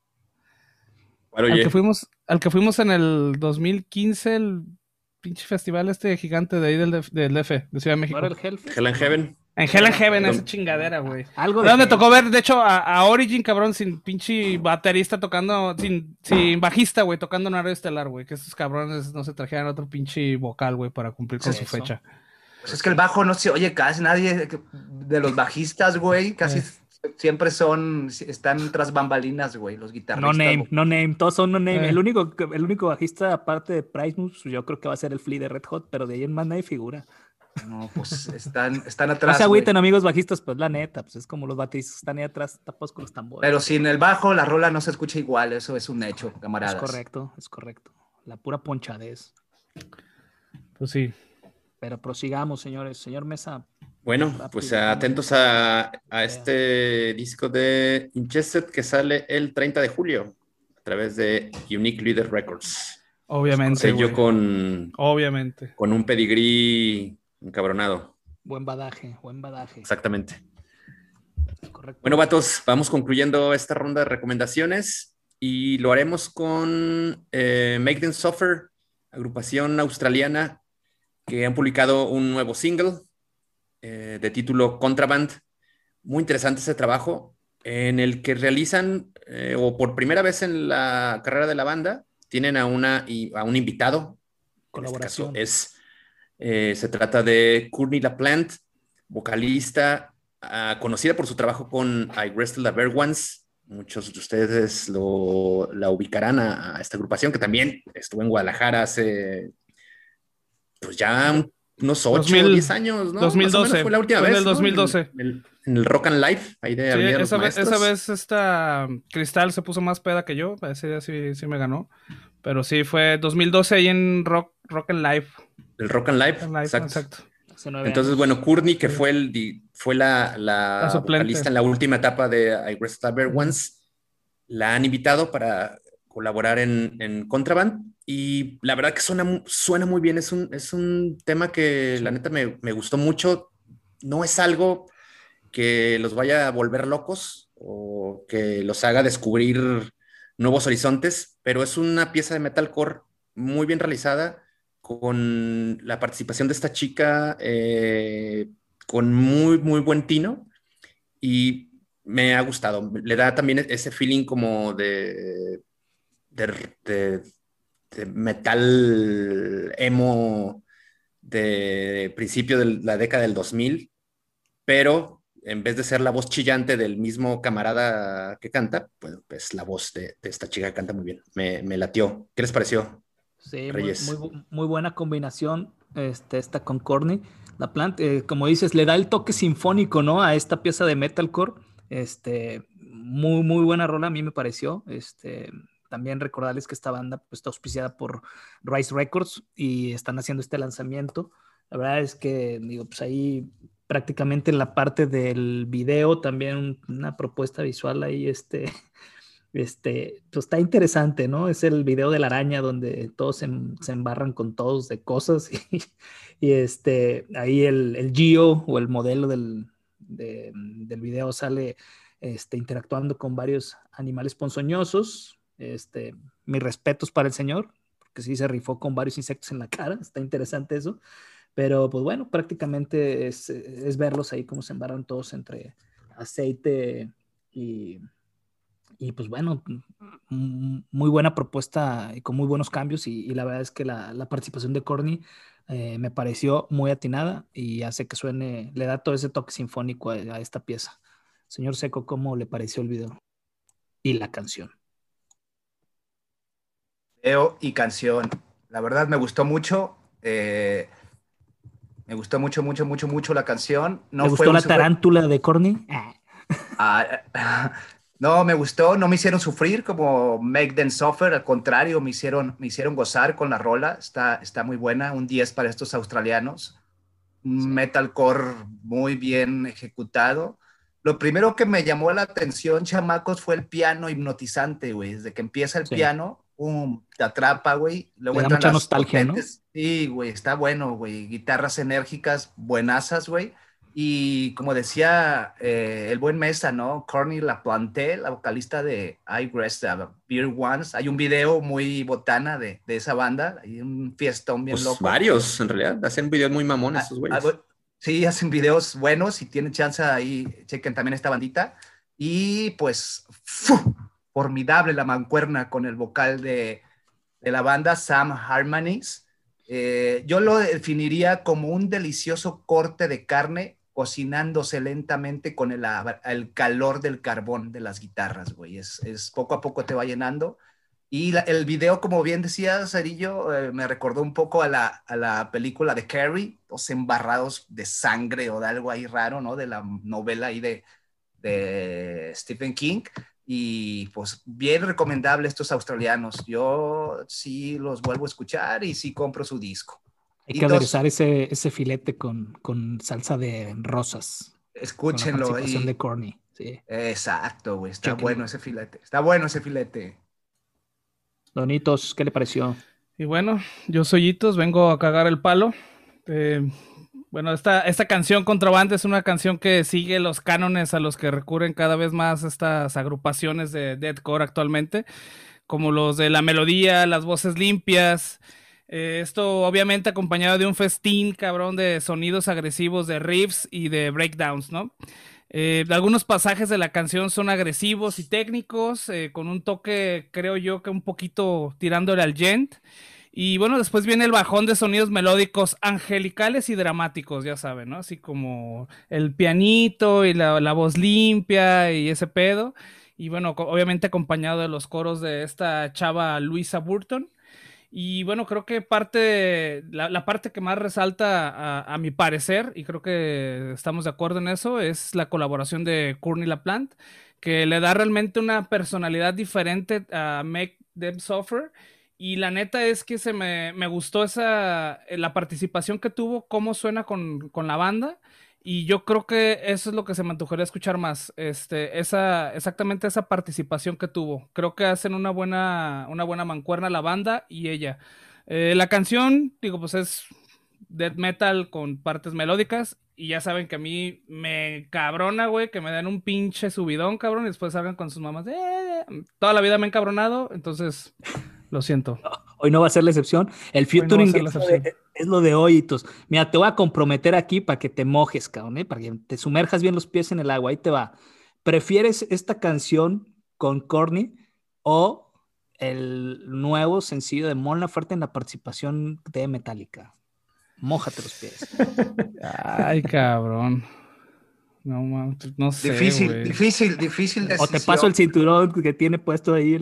Al que fuimos en el 2015, el pinche festival gigante de ahí del DF, de Ciudad de México. ¿No era el Hellfest? Hell and Heaven. En Hell and Heaven, esa chingadera, güey. Algo de me tocó ver, de hecho, a Origin, cabrón, sin pinche baterista tocando, sin bajista, güey, tocando en horario estelar, güey. Que estos cabrones no se trajeran otro pinche vocal, güey, para cumplir con su fecha. Pues es que el bajo no se oye casi nadie de los bajistas, güey, casi siempre están tras bambalinas, güey, los guitarristas. No name, todos son no name. El único bajista, aparte de Price Moves, yo creo que va a ser el Flea de Red Hot, pero de ahí en más nadie figura. No, pues están atrás. No se agüiten, amigos bajistas, pues la neta, pues es como los bateristas están ahí atrás, tapados con los tambores. Pero sin el bajo, la rola no se escucha igual, eso es un hecho, camaradas. Es correcto. La pura ponchadez. Pues sí. Pero prosigamos, señores. Señor Mesa. Bueno, pues atentos a este disco de Ingested que sale el 30 de julio a través de Unique Leader Records. Obviamente. Obviamente. Con un pedigrí encabronado. Buen badaje. Exactamente. Correcto. Bueno, vatos, vamos concluyendo esta ronda de recomendaciones y lo haremos con Make Them Suffer, agrupación australiana que han publicado un nuevo single de título Contraband. Muy interesante ese trabajo en el que realizan, o por primera vez en la carrera de la banda, tienen a un invitado. Colaboración. En este caso se trata de Courtney LaPlante, vocalista, conocida por su trabajo con I Wrestled a Bear Once. Muchos de ustedes la ubicarán a esta agrupación que también estuvo en Guadalajara hace pues ya unos 8 o 10 años, ¿no? 2012. Fue la última vez. En el 2012. ¿No? En el Rock and Life, ahí de esa vez Cristal se puso más peda que yo, ese día sí me ganó. Pero sí, fue 2012 ahí en Rock and Life. El Rock and Life, exacto. Entonces, bueno, Courtney, que fue la vocalista en la última etapa de I Wrestled a Bear Once, la han invitado para colaborar en Contraband y la verdad que suena muy bien. Es un tema que la neta me gustó mucho. No es algo que los vaya a volver locos o que los haga descubrir nuevos horizontes, pero es una pieza de metalcore muy bien realizada, con la participación de esta chica con muy, muy buen tino, y me ha gustado. Le da también ese feeling como de metal emo de principio de la década del 2000, pero en vez de ser la voz chillante del mismo camarada que canta, pues la voz de esta chica que canta muy bien. Me latió. ¿Qué les pareció? Sí, muy buena combinación esta con Courtney LaPlante. Como dices, le da el toque sinfónico, ¿no? A esta pieza de metalcore. Muy buena rola, a mí me pareció. También recordarles que esta banda pues, está auspiciada por Rise Records y están haciendo este lanzamiento. La verdad es que, digo, pues ahí prácticamente en la parte del video también una propuesta visual ahí, pues está interesante, ¿no? Es el video de la araña donde todos se embarran con todos de cosas y ahí el Gio o el modelo del video sale interactuando con varios animales ponzoñosos. Mis respetos para el señor, porque sí se rifó con varios insectos en la cara, está interesante eso, Pero pues bueno, prácticamente es verlos ahí como se embarran todos entre aceite y pues bueno, muy buena propuesta y con muy buenos cambios y la verdad es que la participación de Corny me pareció muy atinada y hace que suene, le da todo ese toque sinfónico a esta pieza. Señor Seco, ¿cómo le pareció el video y la canción? Video y canción. La verdad me gustó mucho. Me gustó mucho, mucho, mucho, mucho la canción. No ¿Le fue gustó la tarántula de Corny? No, me gustó, no me hicieron sufrir como Make Them Suffer, al contrario, me hicieron gozar con la rola, está muy buena, un 10 para estos australianos, un metalcore muy bien ejecutado. Lo primero que me llamó la atención, chamacos, fue el piano hipnotizante, güey, desde que empieza el piano, te atrapa, güey, luego le da entran mucha las nostalgia, potentes, ¿no? Sí, güey, está bueno, güey, guitarras enérgicas, buenazas, güey. Y como decía el buen Mesa, ¿no? Corny LaPlante, la vocalista de I Rest Beer Ones. Hay un video muy botana de esa banda. Hay un fiestón bien pues loco. Varios, en realidad. Hacen videos muy mamones esos güeyes. Sí, hacen videos buenos. Si tienen chance ahí, chequen también esta bandita. Y pues, formidable la mancuerna con el vocal de la banda, Sam Harmonies. Yo lo definiría como un delicioso corte de carne cocinándose lentamente con el calor del carbón de las guitarras, güey. Es poco a poco te va llenando. Y el video, como bien decía Cerillo, me recordó un poco a la película de Carrie, los embarrados de sangre o de algo ahí raro, ¿no? De la novela ahí de Stephen King. Y pues bien recomendable estos australianos. Yo sí los vuelvo a escuchar y sí compro su disco. Hay que aderezar ese filete con salsa de rosas. Escúchenlo. Con la participación de Corny. Sí. Exacto, güey. Está bueno ese filete. Está bueno ese filete. Donitos, ¿qué le pareció? Y bueno, yo soy Hitos, vengo a cagar el palo. Bueno, esta canción Contraband es una canción que sigue los cánones a los que recurren cada vez más estas agrupaciones de deathcore actualmente, como los de la melodía, las voces limpias. Esto obviamente acompañado de un festín cabrón de sonidos agresivos, de riffs y de breakdowns, ¿no? Algunos pasajes de la canción son agresivos y técnicos, con un toque, creo yo, que un poquito tirándole al gent. Y bueno, después viene el bajón de sonidos melódicos angelicales y dramáticos, ya saben, ¿no? Así como el pianito y la voz limpia y ese pedo. Y bueno, obviamente acompañado de los coros de esta chava Luisa Burton. Y bueno, creo que la parte que más resalta a mi parecer, y creo que estamos de acuerdo en eso, es la colaboración de Courtney LaPlante, que le da realmente una personalidad diferente a Make Them Suffer. Y la neta es que me gustó la participación que tuvo, cómo suena con la banda. Y yo creo que eso es lo que se me antojaría escuchar más, exactamente esa participación que tuvo. Creo que hacen una buena mancuerna la banda y ella. La canción, digo, pues es death metal con partes melódicas y ya saben que a mí me cabrona, güey, que me den un pinche subidón, cabrón, y después salgan con sus mamás. Toda la vida me he encabronado, entonces lo siento. Hoy no va a ser la excepción. El featuring es lo de hoy. Mira, te voy a comprometer aquí para que te mojes, cabrón, para que te sumerjas bien los pies en el agua. Ahí te va. ¿Prefieres esta canción con Corny o el nuevo sencillo de Mon Laferte en la participación de Metallica? Mójate los pies. Ay, cabrón. No sé, difícil decisión. O te paso el cinturón que tiene puesto ahí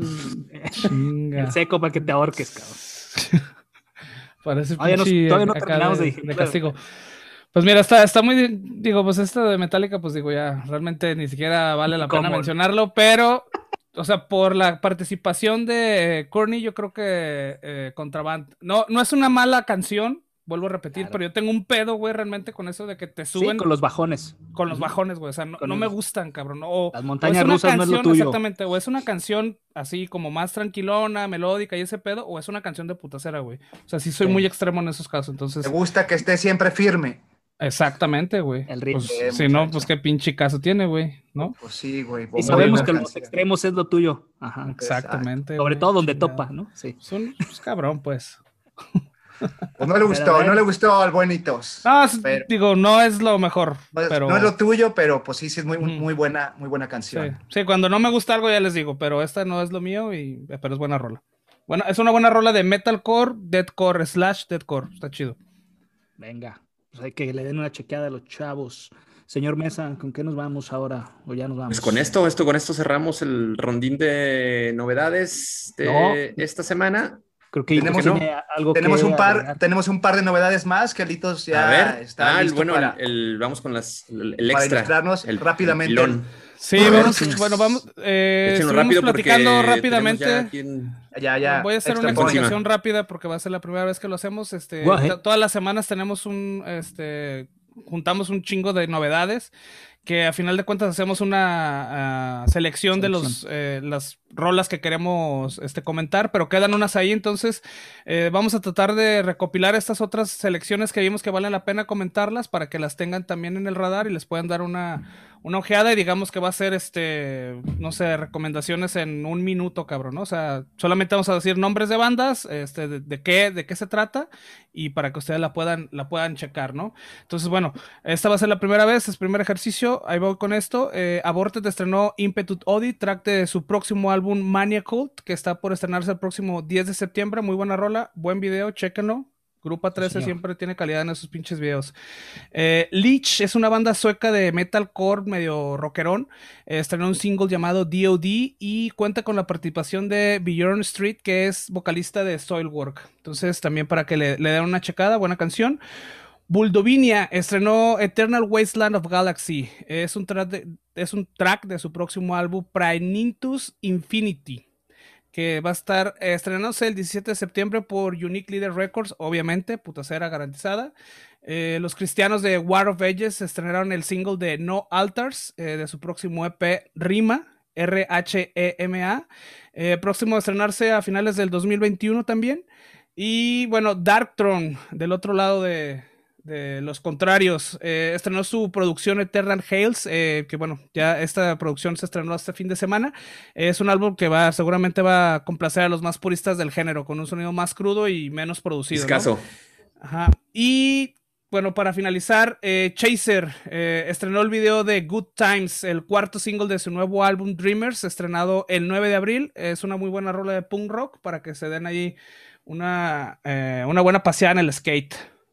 el seco para que te ahorques, cabrón. Parece todavía no terminamos de castigo. Pues mira, está muy, digo, pues esta de Metallica, pues digo, ya, realmente ni siquiera vale la pena mencionarlo, pero, o sea, por la participación de Courtney, yo creo que Contraband, no es una mala canción, vuelvo a repetir, claro. Pero yo tengo un pedo, güey, realmente con eso de que te suben. Sí, con los bajones. Con los bajones, güey. O sea, no me gustan, cabrón. Las montañas rusas no es lo tuyo. Exactamente, o es una canción así como más tranquilona, melódica y ese pedo, o es una canción de putacera, güey. O sea, sí soy muy extremo en esos casos, entonces. Me gusta que esté siempre firme. Exactamente, güey. El ritmo. Pues, si no, pues qué pinche caso tiene, güey, ¿no? Pues sí, güey. Y sabemos que los extremos es lo tuyo. Ajá. Exactamente. Sobre todo donde topa, ¿no? Sí. Pues cabrón, pues. Pues no le gustó al buenitos. No, digo, no es lo mejor. No es lo tuyo, pero pues sí es muy buena canción. Sí, cuando no me gusta algo ya les digo, pero esta no es lo mío, pero es buena rola. Bueno, es una buena rola de metalcore, deathcore, /deathcore. Está chido. Venga, pues hay que le den una chequeada a los chavos. Señor Mesa, ¿con qué nos vamos ahora? ¿O ya nos vamos? Pues con esto cerramos el rondín de novedades de esta semana. Creo que tenemos un par de novedades más. Carlitos ya está listo vamos con el extra. Para ilustrarnos rápidamente. Sí, vamos. Estuvimos platicando rápidamente. Ya. Voy a hacer una explicación rápida porque va a ser la primera vez que lo hacemos. Todas las semanas tenemos juntamos un chingo de novedades que a final de cuentas hacemos una selección de las rolas que queremos comentar, pero quedan unas ahí, entonces vamos a tratar de recopilar estas otras selecciones que vimos que valen la pena comentarlas para que las tengan también en el radar y les puedan dar una ojeada, y digamos que va a ser no sé, recomendaciones en 1 minuto, cabrón, ¿no? O sea, solamente vamos a decir nombres de bandas, de qué se trata, y para que ustedes la puedan checar, ¿no? Entonces, bueno, esta va a ser la primera vez, es primer ejercicio, ahí voy con esto. Aborted estrenó Impetus Audi, track de su próximo álbum Mania Cult, que está por estrenarse el próximo 10 de septiembre, muy buena rola, buen video, chéquenlo. Grupo 13 siempre tiene calidad en esos pinches videos. Leech es una banda sueca de metalcore medio rockerón. Estrenó un single llamado D.O.D. y cuenta con la participación de Björn Street, que es vocalista de Soilwork. Entonces también para que le den una checada, buena canción. Buldovinia estrenó Eternal Wasteland of Galaxy. Es un track de su próximo álbum Praenintus Infinity, que va a estar estrenándose el 17 de septiembre por Unique Leader Records, obviamente, putacera garantizada. Los cristianos de War of Ages estrenaron el single de No Altars, de su próximo EP Rima, R-H-E-M-A, próximo a estrenarse a finales del 2021 también. Y bueno, Darkthrone, del otro lado de los contrarios, estrenó su producción Eternal Hails, que bueno, ya esta producción se estrenó este fin de semana. Es un álbum que seguramente va a complacer a los más puristas del género, con un sonido más crudo y menos producido, Escaso. ¿no? Ajá. Y bueno, para finalizar, Chaser estrenó el video de Good Times, el cuarto single de su nuevo álbum Dreamers, estrenado el 9 de abril. Es una muy buena rola de punk rock para que se den ahí una buena paseada en el skate.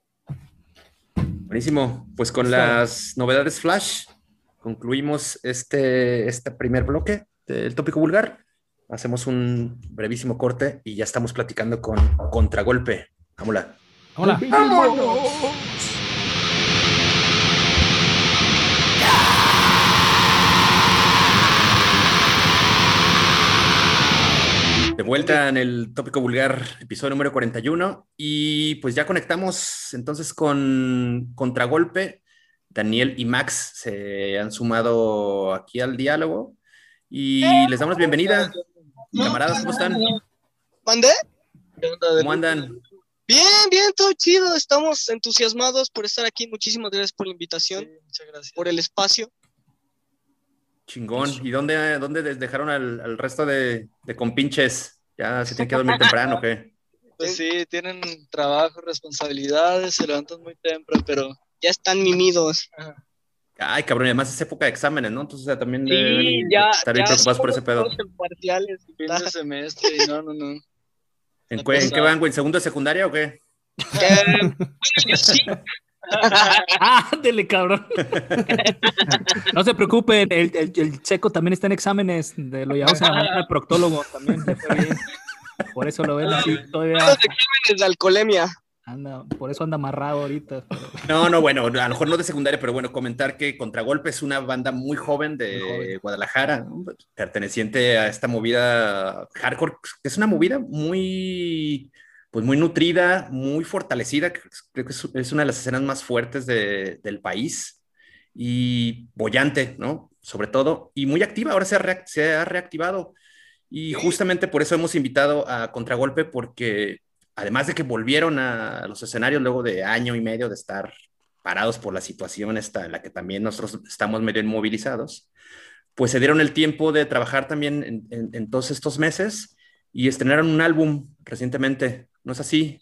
Buenísimo. Pues con las novedades Flash concluimos este primer bloque del tópico vulgar. Hacemos un brevísimo corte y ya estamos platicando con Contragolpe. Vámonos. Hola. De vuelta en el tópico vulgar, episodio número 41, y pues ya conectamos entonces con Contragolpe. Daniel y Max se han sumado aquí al diálogo y les damos bienvenida. Camaradas, ¿cómo están? ¿Mandé? ¿Cómo andan? Bien, todo chido. Estamos entusiasmados por estar aquí. Muchísimas gracias por la invitación. Sí, muchas gracias. Por el espacio. Chingón. ¿Y dónde dejaron al resto de compinches? ¿Ya se tienen que dormir temprano o qué? Pues sí, tienen trabajo, responsabilidades, se levantan muy temprano, pero ya están mimidos. Ay, cabrón, y además es época de exámenes, ¿no? Entonces, o sea, también estar bien preocupados por ese pedo. Parciales, fin de semestre, no. ¿En qué van, güey? ¿En segundo de secundaria o qué? Yo sí. Dele, cabrón. No se preocupen, el Checo también está en exámenes, lo llevamos al proctólogo también. Por eso lo ven así todavía. Los exámenes de alcoholemia. Por eso anda amarrado ahorita. No, bueno, a lo mejor no de secundaria, pero bueno, comentar que Contragolpe es una banda muy joven de Guadalajara, ¿no? Perteneciente a esta movida hardcore, que es una movida muy nutrida, muy fortalecida. Creo que es una de las escenas más fuertes del país y bollante, ¿no? Sobre todo, y muy activa, ahora se ha reactivado. Y justamente por eso hemos invitado a Contragolpe, porque además de que volvieron a los escenarios luego de año y medio de estar parados por la situación esta en la que también nosotros estamos medio inmovilizados, pues se dieron el tiempo de trabajar también en todos estos meses y estrenaron un álbum recientemente, ¿no es así?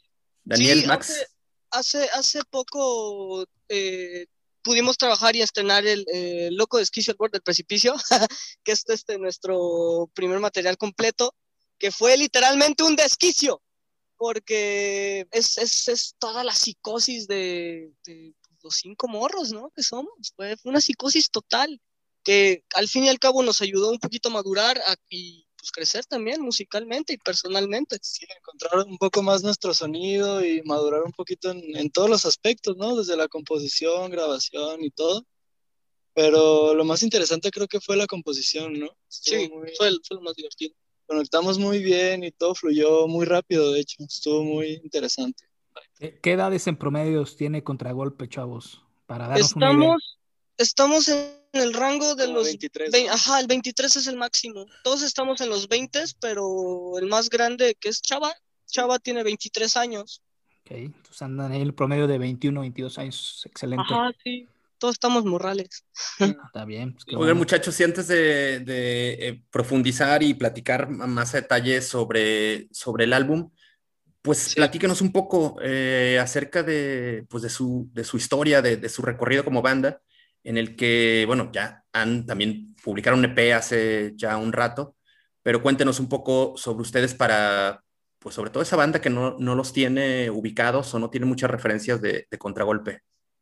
Daniel, Sí, Max. Hace poco pudimos trabajar y estrenar el Loco Desquicio al borde del precipicio, que es nuestro primer material completo, que fue literalmente un desquicio, porque es toda la psicosis de los 5 morros, ¿no? Que somos. Fue una psicosis total, que al fin y al cabo nos ayudó un poquito a madurar y pues crecer también musicalmente y personalmente. Sí, encontrar un poco más nuestro sonido y madurar un poquito en todos los aspectos, ¿no? Desde la composición, grabación y todo. Pero lo más interesante creo que fue la composición, ¿no? Sí, fue lo más divertido. Conectamos muy bien y todo fluyó muy rápido, de hecho. Estuvo muy interesante. ¿Qué edades en promedios tiene Contragolpe, chavos? Para darnos una idea. Estamos en el rango de los 23. Ajá, el 23 es el máximo. Todos estamos en los 20, pero el más grande, que es Chava tiene 23 años. Ok, entonces andan en el promedio de 21, 22 años. Excelente. Ajá, sí. Todos estamos morrales. Está bien. Pues Oigan, bueno, muchachos, y antes de profundizar y platicar más detalles sobre el álbum, pues sí, platíquenos un poco acerca de su historia, de su recorrido como banda, en el que, bueno, ya también publicaron un EP hace ya un rato, pero cuéntenos un poco sobre ustedes pues sobre todo esa banda que no los tiene ubicados o no tiene muchas referencias de Contragolpe.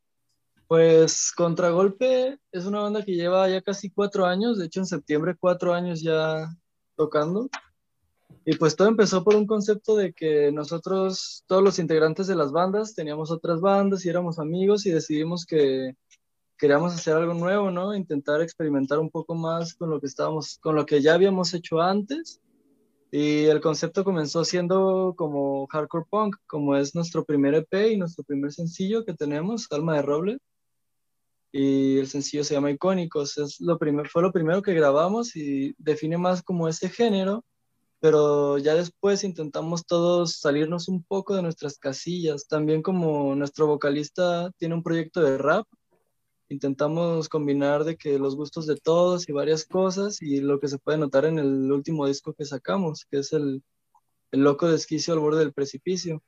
Pues Contragolpe es una banda que lleva ya casi 4 años, de hecho en septiembre 4 años ya tocando. Y pues todo empezó por un concepto de que nosotros, todos los integrantes de las bandas, teníamos otras bandas y éramos amigos y decidimos que queríamos hacer algo nuevo, ¿no? Intentar experimentar un poco más con lo que ya habíamos hecho antes. Y el concepto comenzó siendo como hardcore punk, como es nuestro primer EP y nuestro primer sencillo que tenemos, Alma de Roble. Y el sencillo se llama Icónicos. Fue lo primero que grabamos y define más como ese género, pero ya después intentamos todos salirnos un poco de nuestras casillas. También como nuestro vocalista tiene un proyecto de rap, intentamos combinar de que los gustos de todos y varias cosas, y lo que se puede notar en el último disco que sacamos, que es el Loco Desquicio al borde del precipicio.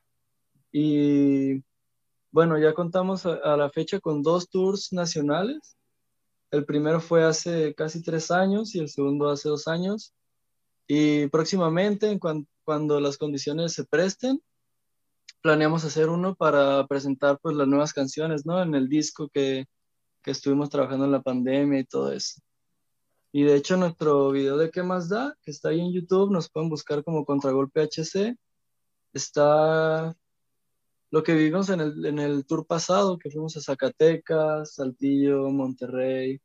Y bueno, ya contamos a la fecha con 2 tours nacionales. El primero fue hace casi 3 años y el segundo hace 2 años. Y próximamente, cuando las condiciones se presten, planeamos hacer uno para presentar pues las nuevas canciones, ¿no? En el disco que estuvimos trabajando en la pandemia y todo eso. Y de hecho nuestro video de ¿Qué más da?, que está ahí en YouTube, nos pueden buscar como Contragolpe HC. Está lo que vivimos en el tour pasado, que fuimos a Zacatecas, Saltillo, Monterrey,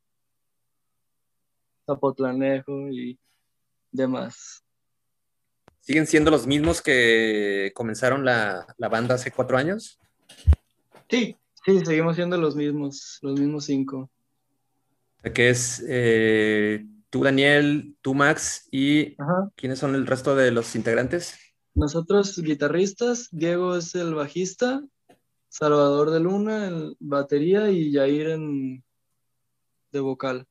Zapotlanejo y demás. ¿Siguen siendo los mismos que comenzaron la banda hace 4 años? Sí, seguimos siendo los mismos 5. Que es tú, Daniel, tú, Max, y Ajá. ¿quiénes son el resto de los integrantes? Nosotros guitarristas, Diego es el bajista, Salvador de Luna en batería y Yair de vocal.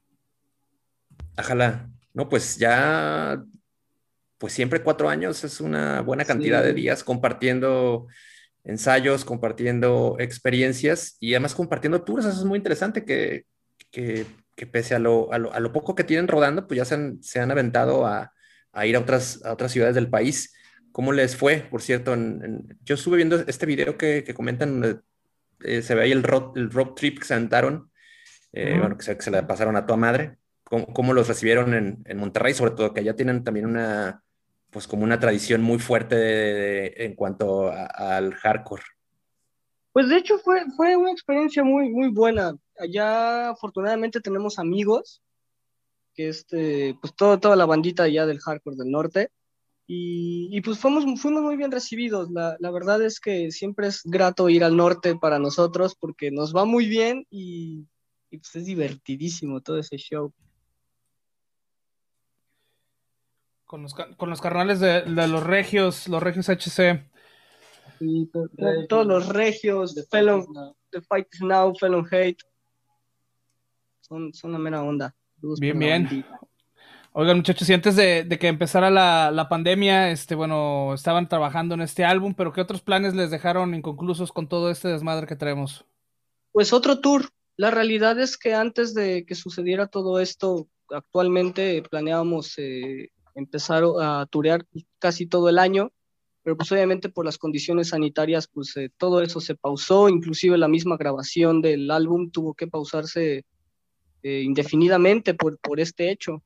Ajala. No, pues ya, pues siempre 4 años es una buena cantidad de días compartiendo ensayos, compartiendo experiencias y además compartiendo tours. Eso es muy interesante que pese a lo poco que tienen rodando, pues ya se han aventado a ir a otras ciudades del país. ¿Cómo les fue? Por cierto, yo estuve viendo este video que comentan, donde se ve ahí el road trip que se aventaron, bueno, que se la pasaron a toda madre. ¿Cómo los recibieron en Monterrey? Sobre todo que allá tienen también pues como una tradición muy fuerte en cuanto al hardcore. Pues de hecho fue una experiencia muy, muy buena. Allá afortunadamente tenemos amigos, que pues toda la bandita allá del hardcore del norte, y pues fuimos muy bien recibidos. La verdad es que siempre es grato ir al norte para nosotros porque nos va muy bien y pues es divertidísimo todo ese show. Con los carnales de los regios HC. Y todos los regios, The Fight is Now, Felon Hate, son la mera onda. Bien. Oigan, muchachos, y antes de que empezara la pandemia, bueno, estaban trabajando en este álbum, pero ¿qué otros planes les dejaron inconclusos con todo este desmadre que traemos? Pues otro tour. La realidad es que antes de que sucediera todo esto, actualmente planeábamos empezar a turear casi todo el año, pero pues obviamente por las condiciones sanitarias, pues todo eso se pausó, inclusive la misma grabación del álbum tuvo que pausarse indefinidamente por este hecho.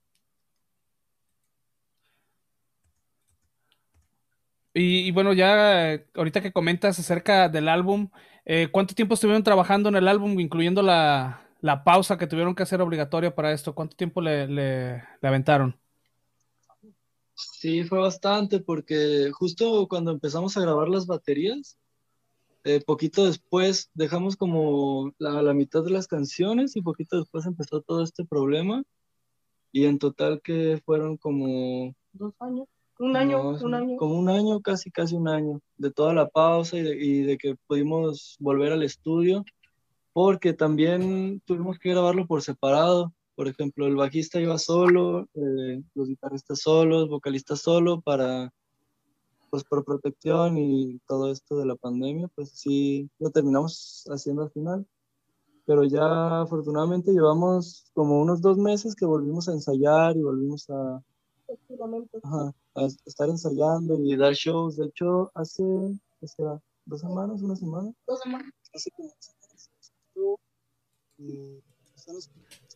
Y bueno, ya ahorita que comentas acerca del álbum, ¿cuánto tiempo estuvieron trabajando en el álbum, incluyendo la pausa que tuvieron que hacer obligatoria para esto? ¿Cuánto tiempo le aventaron? Sí, fue bastante porque justo cuando empezamos a grabar las baterías, poquito después dejamos como la mitad de las canciones y poquito después empezó todo este problema y en total que fueron como 2 años, un año, no, un año. como un año, casi un año de toda la pausa y de que pudimos volver al estudio porque también tuvimos que grabarlo por separado. Por ejemplo, el bajista iba solo, los guitarristas solos, vocalistas solo pues por protección y todo esto de la pandemia, pues sí, lo terminamos haciendo al final. Pero ya afortunadamente llevamos como unos 2 meses que volvimos a ensayar y volvimos ajá, a estar ensayando y dar shows. De hecho, hace, ¿qué será? 2 semanas, una semana. 2 semanas. Hace como 2 semanas y estamos.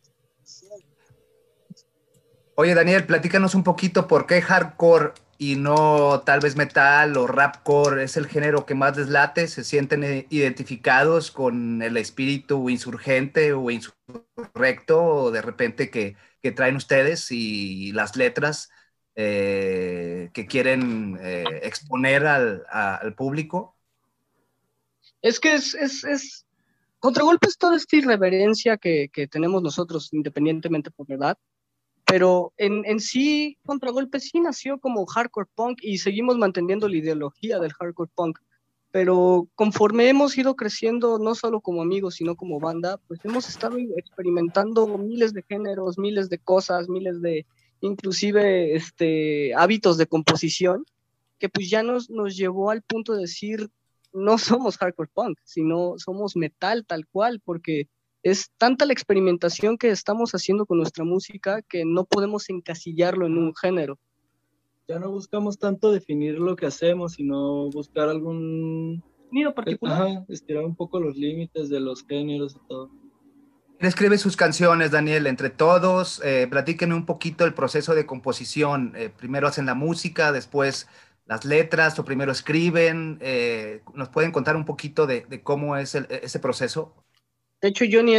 Oye, Daniel, platícanos un poquito por qué hardcore y no tal vez metal o rapcore es el género que más les late. ¿Se sienten identificados con el espíritu insurgente o insurrecto o de repente que traen ustedes y las letras que quieren exponer al público? Es que es Contragolpe es toda esta irreverencia que tenemos nosotros, independientemente por la edad, pero en sí, Contragolpe sí nació como hardcore punk y seguimos manteniendo la ideología del hardcore punk, pero conforme hemos ido creciendo, no solo como amigos, sino como banda, pues hemos estado experimentando miles de géneros, miles de cosas, miles de, inclusive, hábitos de composición, que pues ya nos llevó al punto de decir, no somos hardcore punk, sino somos metal tal cual, porque es tanta la experimentación que estamos haciendo con nuestra música que no podemos encasillarlo en un género. Ya no buscamos tanto definir lo que hacemos, sino buscar algún sonido particular. Ajá, estirar un poco los límites de los géneros y todo. ¿Quién escribe sus canciones, Daniel? Entre todos, platíquenme un poquito el proceso de composición. Primero hacen la música, después las letras, o primero escriben. ¿Nos pueden contar un poquito de cómo es ese proceso? De hecho, Johnny,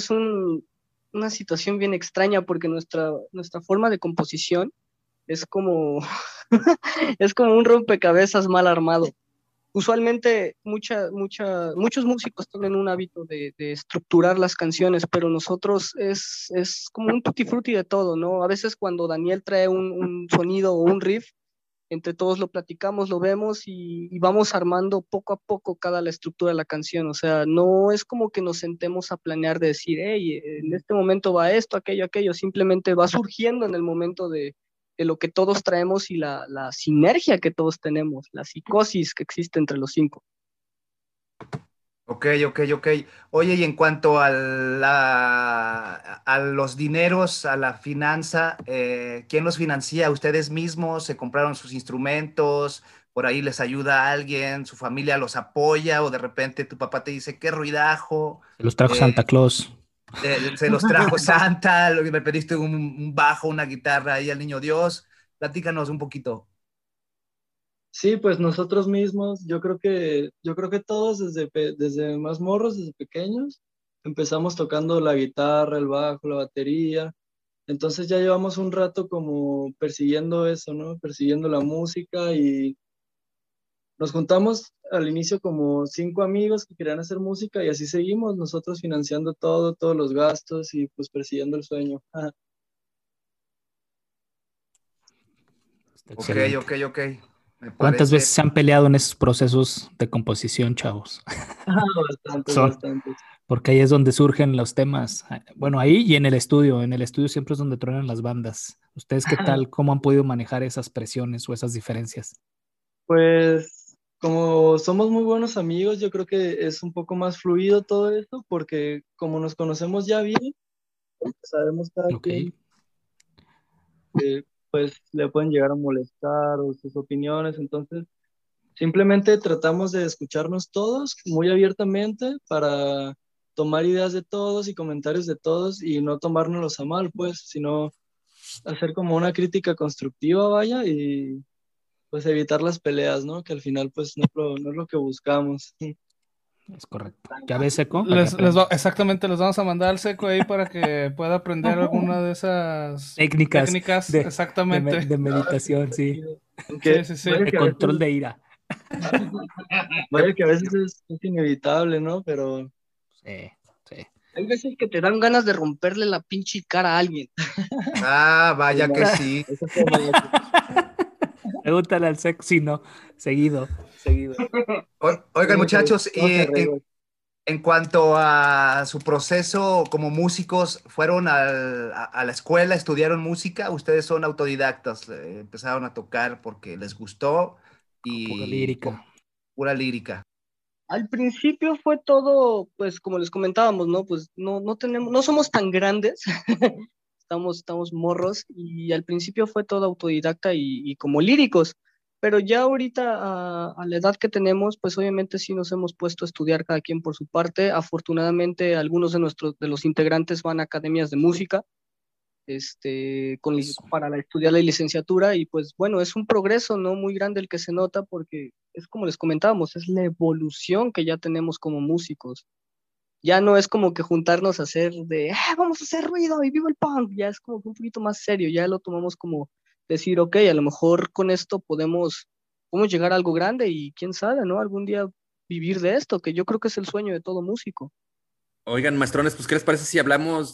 una situación bien extraña porque nuestra forma de composición es como, es como un rompecabezas mal armado. Usualmente muchos músicos tienen un hábito de estructurar las canciones, pero nosotros es como un tutti frutti de todo, ¿no? A veces cuando Daniel trae un sonido o un riff, entre todos lo platicamos, lo vemos y vamos armando poco a poco cada la estructura de la canción. O sea, no es como que nos sentemos a planear de decir, hey, en este momento va esto, aquello, simplemente va surgiendo en el momento de lo que todos traemos y la sinergia que todos tenemos, la psicosis que existe entre los 5. Ok. Oye, y en cuanto a los dineros, a la finanza, ¿quién los financia? ¿Ustedes mismos se compraron sus instrumentos? ¿Por ahí les ayuda alguien? ¿Su familia los apoya? ¿O de repente tu papá te dice, qué ruidajo? Se los trajo Eh, Santa Claus. Se los trajo Santa, lo que me pediste un bajo, una guitarra ahí al niño Dios. Platícanos un poquito. Sí, pues nosotros mismos, yo creo que todos desde más morros, desde pequeños, empezamos tocando la guitarra, el bajo, la batería. Entonces ya llevamos un rato como persiguiendo eso, ¿no? Persiguiendo la música y nos juntamos al inicio como 5 amigos que querían hacer música y así seguimos, nosotros financiando todo, todos los gastos y pues persiguiendo el sueño. Ok. Excelente. Ok. ¿Cuántas veces se han peleado en esos procesos de composición, chavos? Bastantes. Porque ahí es donde surgen los temas. Bueno, ahí y en el estudio. En el estudio siempre es donde truenan las bandas. ¿Ustedes qué tal? ¿Cómo han podido manejar esas presiones o esas diferencias? Pues como somos muy buenos amigos, yo creo que es un poco más fluido todo esto, porque como nos conocemos ya bien, sabemos cada quien que pues le pueden llegar a molestar o sus opiniones, entonces simplemente tratamos de escucharnos todos muy abiertamente para tomar ideas de todos y comentarios de todos y no tomárnoslos a mal, pues, sino hacer como una crítica constructiva, vaya, y pues evitar las peleas, ¿no? Que al final pues no es lo que buscamos. Es correcto. ¿Ya ves, Seco? Exactamente, les vamos a mandar al Seco ahí para que pueda aprender alguna de esas técnicas exactamente. De meditación, sí. Sí. De control de ira. Vaya que a veces es inevitable, ¿no? Pero... Sí. Hay veces que te dan ganas de romperle la pinche cara a alguien. Ah, vaya que sí. Pregúntale al Seco, sí, no. Seguido. Oigan, muchachos, y en cuanto a su proceso como músicos, ¿fueron a la escuela, estudiaron música? ¿Ustedes son autodidactas? ¿Empezaron a tocar porque les gustó? Pura lírica. Al principio fue todo, pues como les comentábamos, ¿no? Pues no somos tan grandes, estamos morros, y al principio fue todo autodidacta y como líricos, pero ya ahorita a la edad que tenemos, pues obviamente sí nos hemos puesto a estudiar cada quien por su parte. Afortunadamente algunos de los integrantes van a academias de música, para estudiar la licenciatura, y pues bueno, es un progreso, ¿no? Muy grande el que se nota, porque es como les comentábamos, es la evolución que ya tenemos como músicos. Ya no es como que juntarnos a hacer vamos a hacer ruido y viva el punk, ya es como que un poquito más serio, ya lo tomamos como decir, ok, a lo mejor con esto podemos llegar a algo grande y quién sabe, ¿no? Algún día vivir de esto, que yo creo que es el sueño de todo músico. Oigan, maestrones, pues, ¿qué les parece si hablamos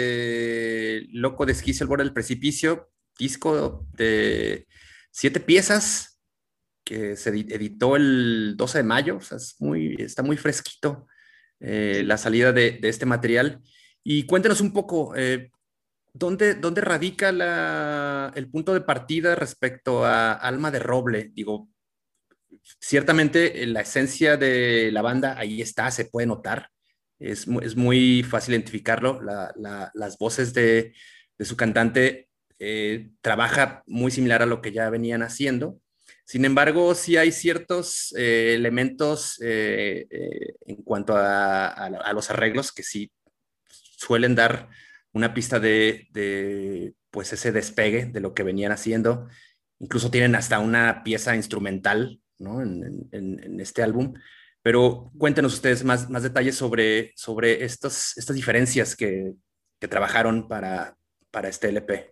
de Loco de Esquicio al borde del precipicio? Disco de 7 piezas que se editó el 12 de mayo, o sea, está muy fresquito la salida de este material. Y cuéntenos un poco, ¿dónde radica el punto de partida respecto a Alma de Roble? Digo, ciertamente la esencia de la banda ahí está, se puede notar. Es muy fácil identificarlo. Las voces de su cantante trabaja muy similar a lo que ya venían haciendo. Sin embargo, sí hay ciertos elementos en cuanto a los arreglos que sí suelen dar una pista de pues ese despegue de lo que venían haciendo. Incluso tienen hasta una pieza instrumental, ¿no? en este álbum. Pero cuéntenos ustedes más detalles sobre estas diferencias que trabajaron para este LP.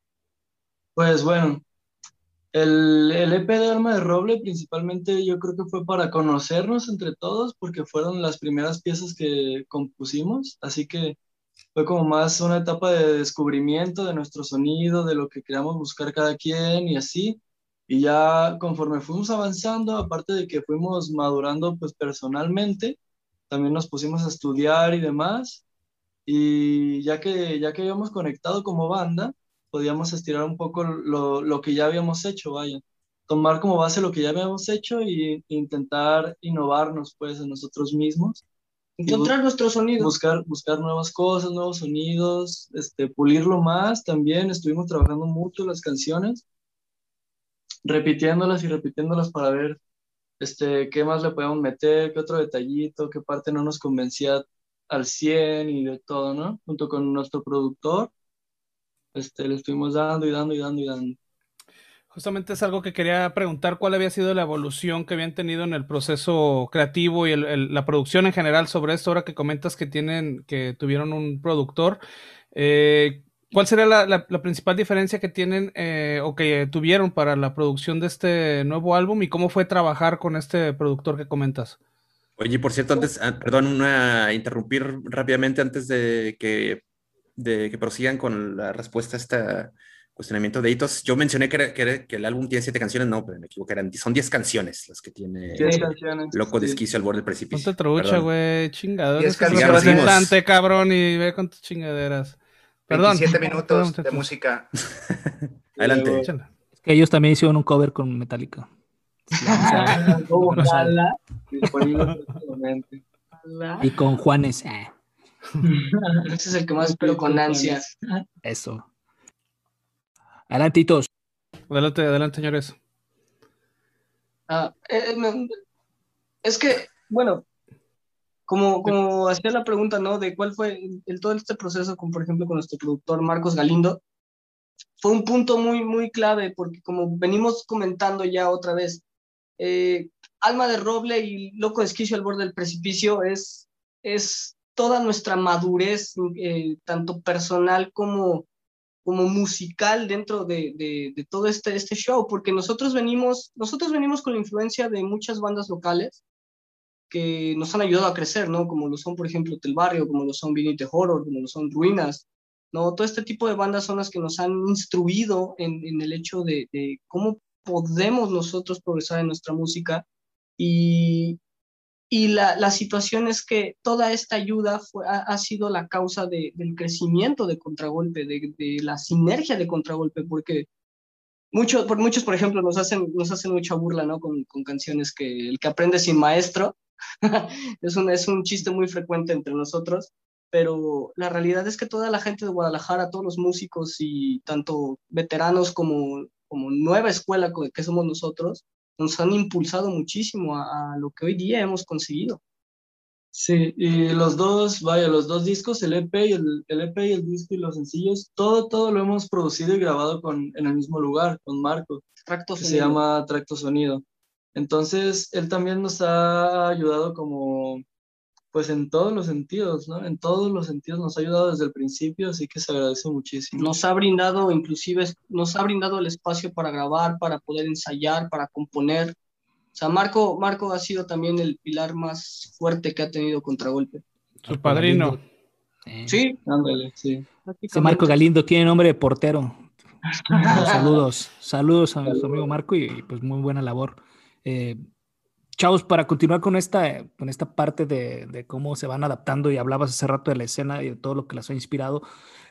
Pues bueno, el EP de Alma de Roble principalmente yo creo que fue para conocernos entre todos, porque fueron las primeras piezas que compusimos, así que fue como más una etapa de descubrimiento de nuestro sonido, de lo que queríamos buscar cada quien y así. Y ya conforme fuimos avanzando, aparte de que fuimos madurando pues personalmente, también nos pusimos a estudiar y demás. Y ya que habíamos conectado como banda, podíamos estirar un poco lo que ya habíamos hecho, vaya. Tomar como base lo que ya habíamos hecho y intentar innovarnos pues en nosotros mismos. Encontrar nuestro sonido. Buscar nuevas cosas, nuevos sonidos, pulirlo más también. Estuvimos trabajando mucho las canciones, repitiéndolas y repitiéndolas para ver qué más le podíamos meter, qué otro detallito, qué parte no nos convencía al 100 y de todo, ¿no? Junto con nuestro productor, le estuvimos dando y dando y dando y dando. Justamente es algo que quería preguntar, ¿cuál había sido la evolución que habían tenido en el proceso creativo y la producción en general sobre esto? Ahora que comentas que tuvieron un productor, ¿cuál sería la principal diferencia que tienen o que tuvieron para la producción de este nuevo álbum y cómo fue trabajar con este productor que comentas? Oye, por cierto, perdón, interrumpir rápidamente antes de que prosigan con la respuesta a esta cuestionamiento de hitos. Yo mencioné que el álbum tiene 7 canciones, no, pero me equivoqué, son 10 canciones las que tiene 10 canciones. Loco de Esquicio al borde del precipicio. Ponte trucha, güey, chingado. Y es Es que canciones. representante, cabrón, y ve con tus chingaderas. Perdón. 27 minutos de música. Adelante. Échala. Es que ellos también hicieron un cover con Metallica. Ojalá. Disponible próximamente. Y con Juanes. Ese es el que más espero con ansia. Eso. Adelantitos. Adelante, señores. Es que, bueno, como hacía la pregunta, ¿no? De cuál fue todo este proceso con, por ejemplo, con nuestro productor Marcos Galindo, fue un punto muy, muy clave, porque como venimos comentando ya otra vez, Alma de Roble y Loco de Esquicio al borde del precipicio es toda nuestra madurez, tanto personal como musical dentro de todo este show, porque nosotros venimos con la influencia de muchas bandas locales que nos han ayudado a crecer, ¿no? Como lo son, por ejemplo, Tel Barrio, como lo son Vinny the Horror, como lo son Ruinas, ¿no? Todo este tipo de bandas son las que nos han instruido en el hecho de cómo podemos nosotros progresar en nuestra música, y la situación es que toda esta ayuda ha sido la causa del crecimiento de Contragolpe, de la sinergia de Contragolpe, porque muchos, por ejemplo, nos hacen mucha burla, ¿no? Con canciones que el que aprende sin maestro es un chiste muy frecuente entre nosotros, pero la realidad es que toda la gente de Guadalajara, todos los músicos y tanto veteranos como nueva escuela que somos nosotros, nos han impulsado muchísimo a lo que hoy día hemos conseguido. Sí, y los dos discos, el EP y el disco y los sencillos, todo lo hemos producido y grabado en el mismo lugar, con Marco, Tracto que Sonido. se llama Tracto Sonido. Entonces, él también nos ha ayudado como, pues en todos los sentidos, ¿no? En todos los sentidos nos ha ayudado desde el principio, así que se agradece muchísimo. Nos ha brindado el espacio para grabar, para poder ensayar, para componer. O sea, Marco ha sido también el pilar más fuerte que ha tenido Contragolpe. Su padrino. Sí, ándale, sí. Ese Marco Galindo tiene nombre de portero. Saludos a nuestro amigo Marco y pues muy buena labor. Chavos, para continuar con esta parte de cómo se van adaptando, y hablabas hace rato de la escena y de todo lo que las ha inspirado,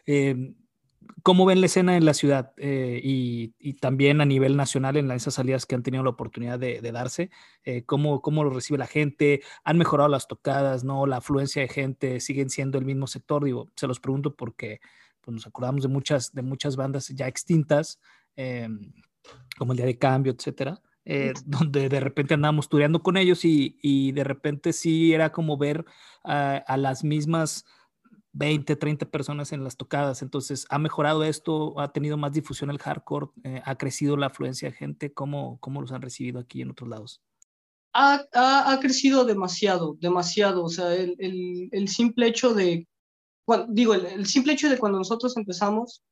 ¿cómo ven la escena en la ciudad y también a nivel nacional en esas salidas que han tenido la oportunidad de darse? ¿Cómo lo recibe la gente? ¿Han mejorado las tocadas? ¿No? ¿La afluencia de gente siguen siendo el mismo sector? Digo, se los pregunto porque pues, nos acordamos de muchas bandas ya extintas, como el Día de Cambio, etcétera. Donde de repente andábamos tureando con ellos y de repente sí era como ver a las mismas 20, 30 personas en las tocadas. Entonces, ¿ha mejorado esto? ¿Ha tenido más difusión el hardcore? ¿Ha crecido la afluencia de gente? ¿Cómo los han recibido aquí en otros lados? Ha crecido demasiado. O sea, el simple hecho de, el simple hecho de cuando nosotros empezamos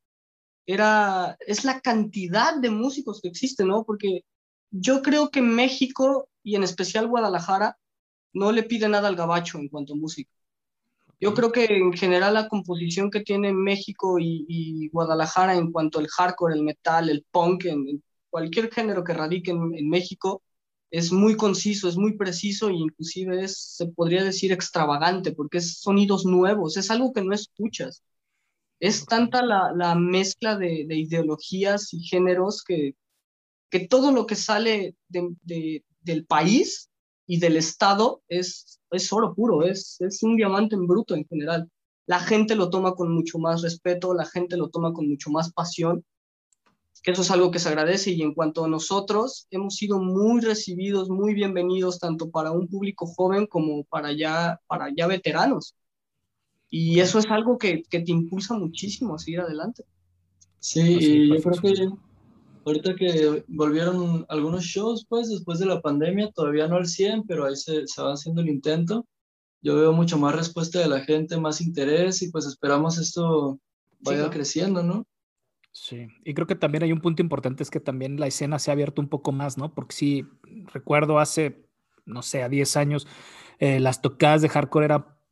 es la cantidad de músicos que existen, ¿no? Porque yo creo que México, y en especial Guadalajara, no le pide nada al gabacho en cuanto a música. Yo creo que en general la composición que tiene México y Guadalajara en cuanto al hardcore, el metal, el punk, en cualquier género que radique en México, es muy conciso, es muy preciso, e inclusive se podría decir extravagante, porque es sonidos nuevos, es algo que no escuchas. Es tanta la mezcla de ideologías y géneros que todo lo que sale del país y del estado es oro puro, es un diamante en bruto en general. La gente lo toma con mucho más respeto, la gente lo toma con mucho más pasión, que eso es algo que se agradece. Y en cuanto a nosotros, hemos sido muy recibidos, muy bienvenidos, tanto para un público joven como para ya veteranos. Y eso es algo que te impulsa muchísimo a seguir adelante. Sí, y yo creo que ahorita que volvieron algunos shows, pues, después de la pandemia, todavía no al 100, pero ahí se va haciendo el intento. Yo veo mucho más respuesta de la gente, más interés, y pues esperamos esto vaya creciendo, ¿no? Sí, y creo que también hay un punto importante, es que también la escena se ha abierto un poco más, ¿no? Porque sí, recuerdo hace, no sé, a 10 años, las tocadas de hardcore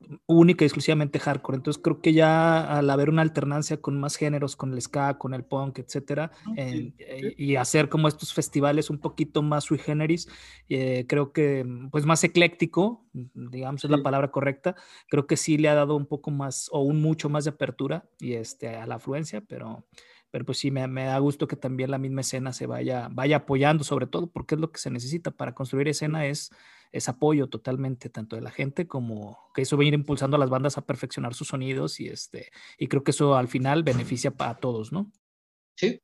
única y exclusivamente hardcore. Entonces creo que ya al haber una alternancia con más géneros, con el ska, con el punk, etcétera, y hacer como estos festivales un poquito más sui generis, creo que pues más ecléctico, digamos es la palabra correcta, creo que sí le ha dado un poco más o un mucho más de apertura y a la afluencia, pero pues sí, me da gusto que también la misma escena se vaya apoyando, sobre todo porque es lo que se necesita para construir escena, es apoyo totalmente, tanto de la gente como que eso va a ir impulsando a las bandas a perfeccionar sus sonidos y creo que eso al final beneficia a todos, ¿no? Sí.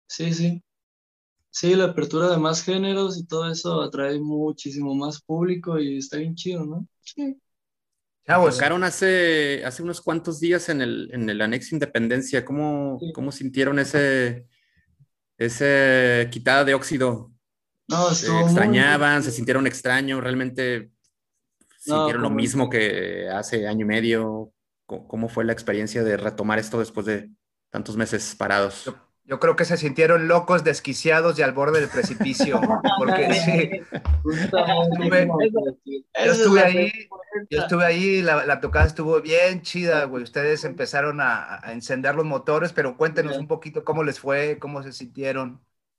Sí, la apertura de más géneros y todo eso atrae muchísimo más público y está bien chido, ¿no? Sí. Tocaron hace unos cuantos días en el Anexo Independencia. ¿Cómo sintieron ese quitada de óxido? No, ¿Se extrañaban? ¿Se sintieron extraños? ¿Realmente sintieron lo mismo que hace año y medio? ¿Cómo fue la experiencia de retomar esto después de tantos meses parados? Yo creo que se sintieron locos, desquiciados y al borde del precipicio, porque sí. Yo estuve ahí, la tocada estuvo bien chida, güey. Ustedes empezaron a encender los motores, pero cuéntenos un poquito cómo les fue, cómo se sintieron.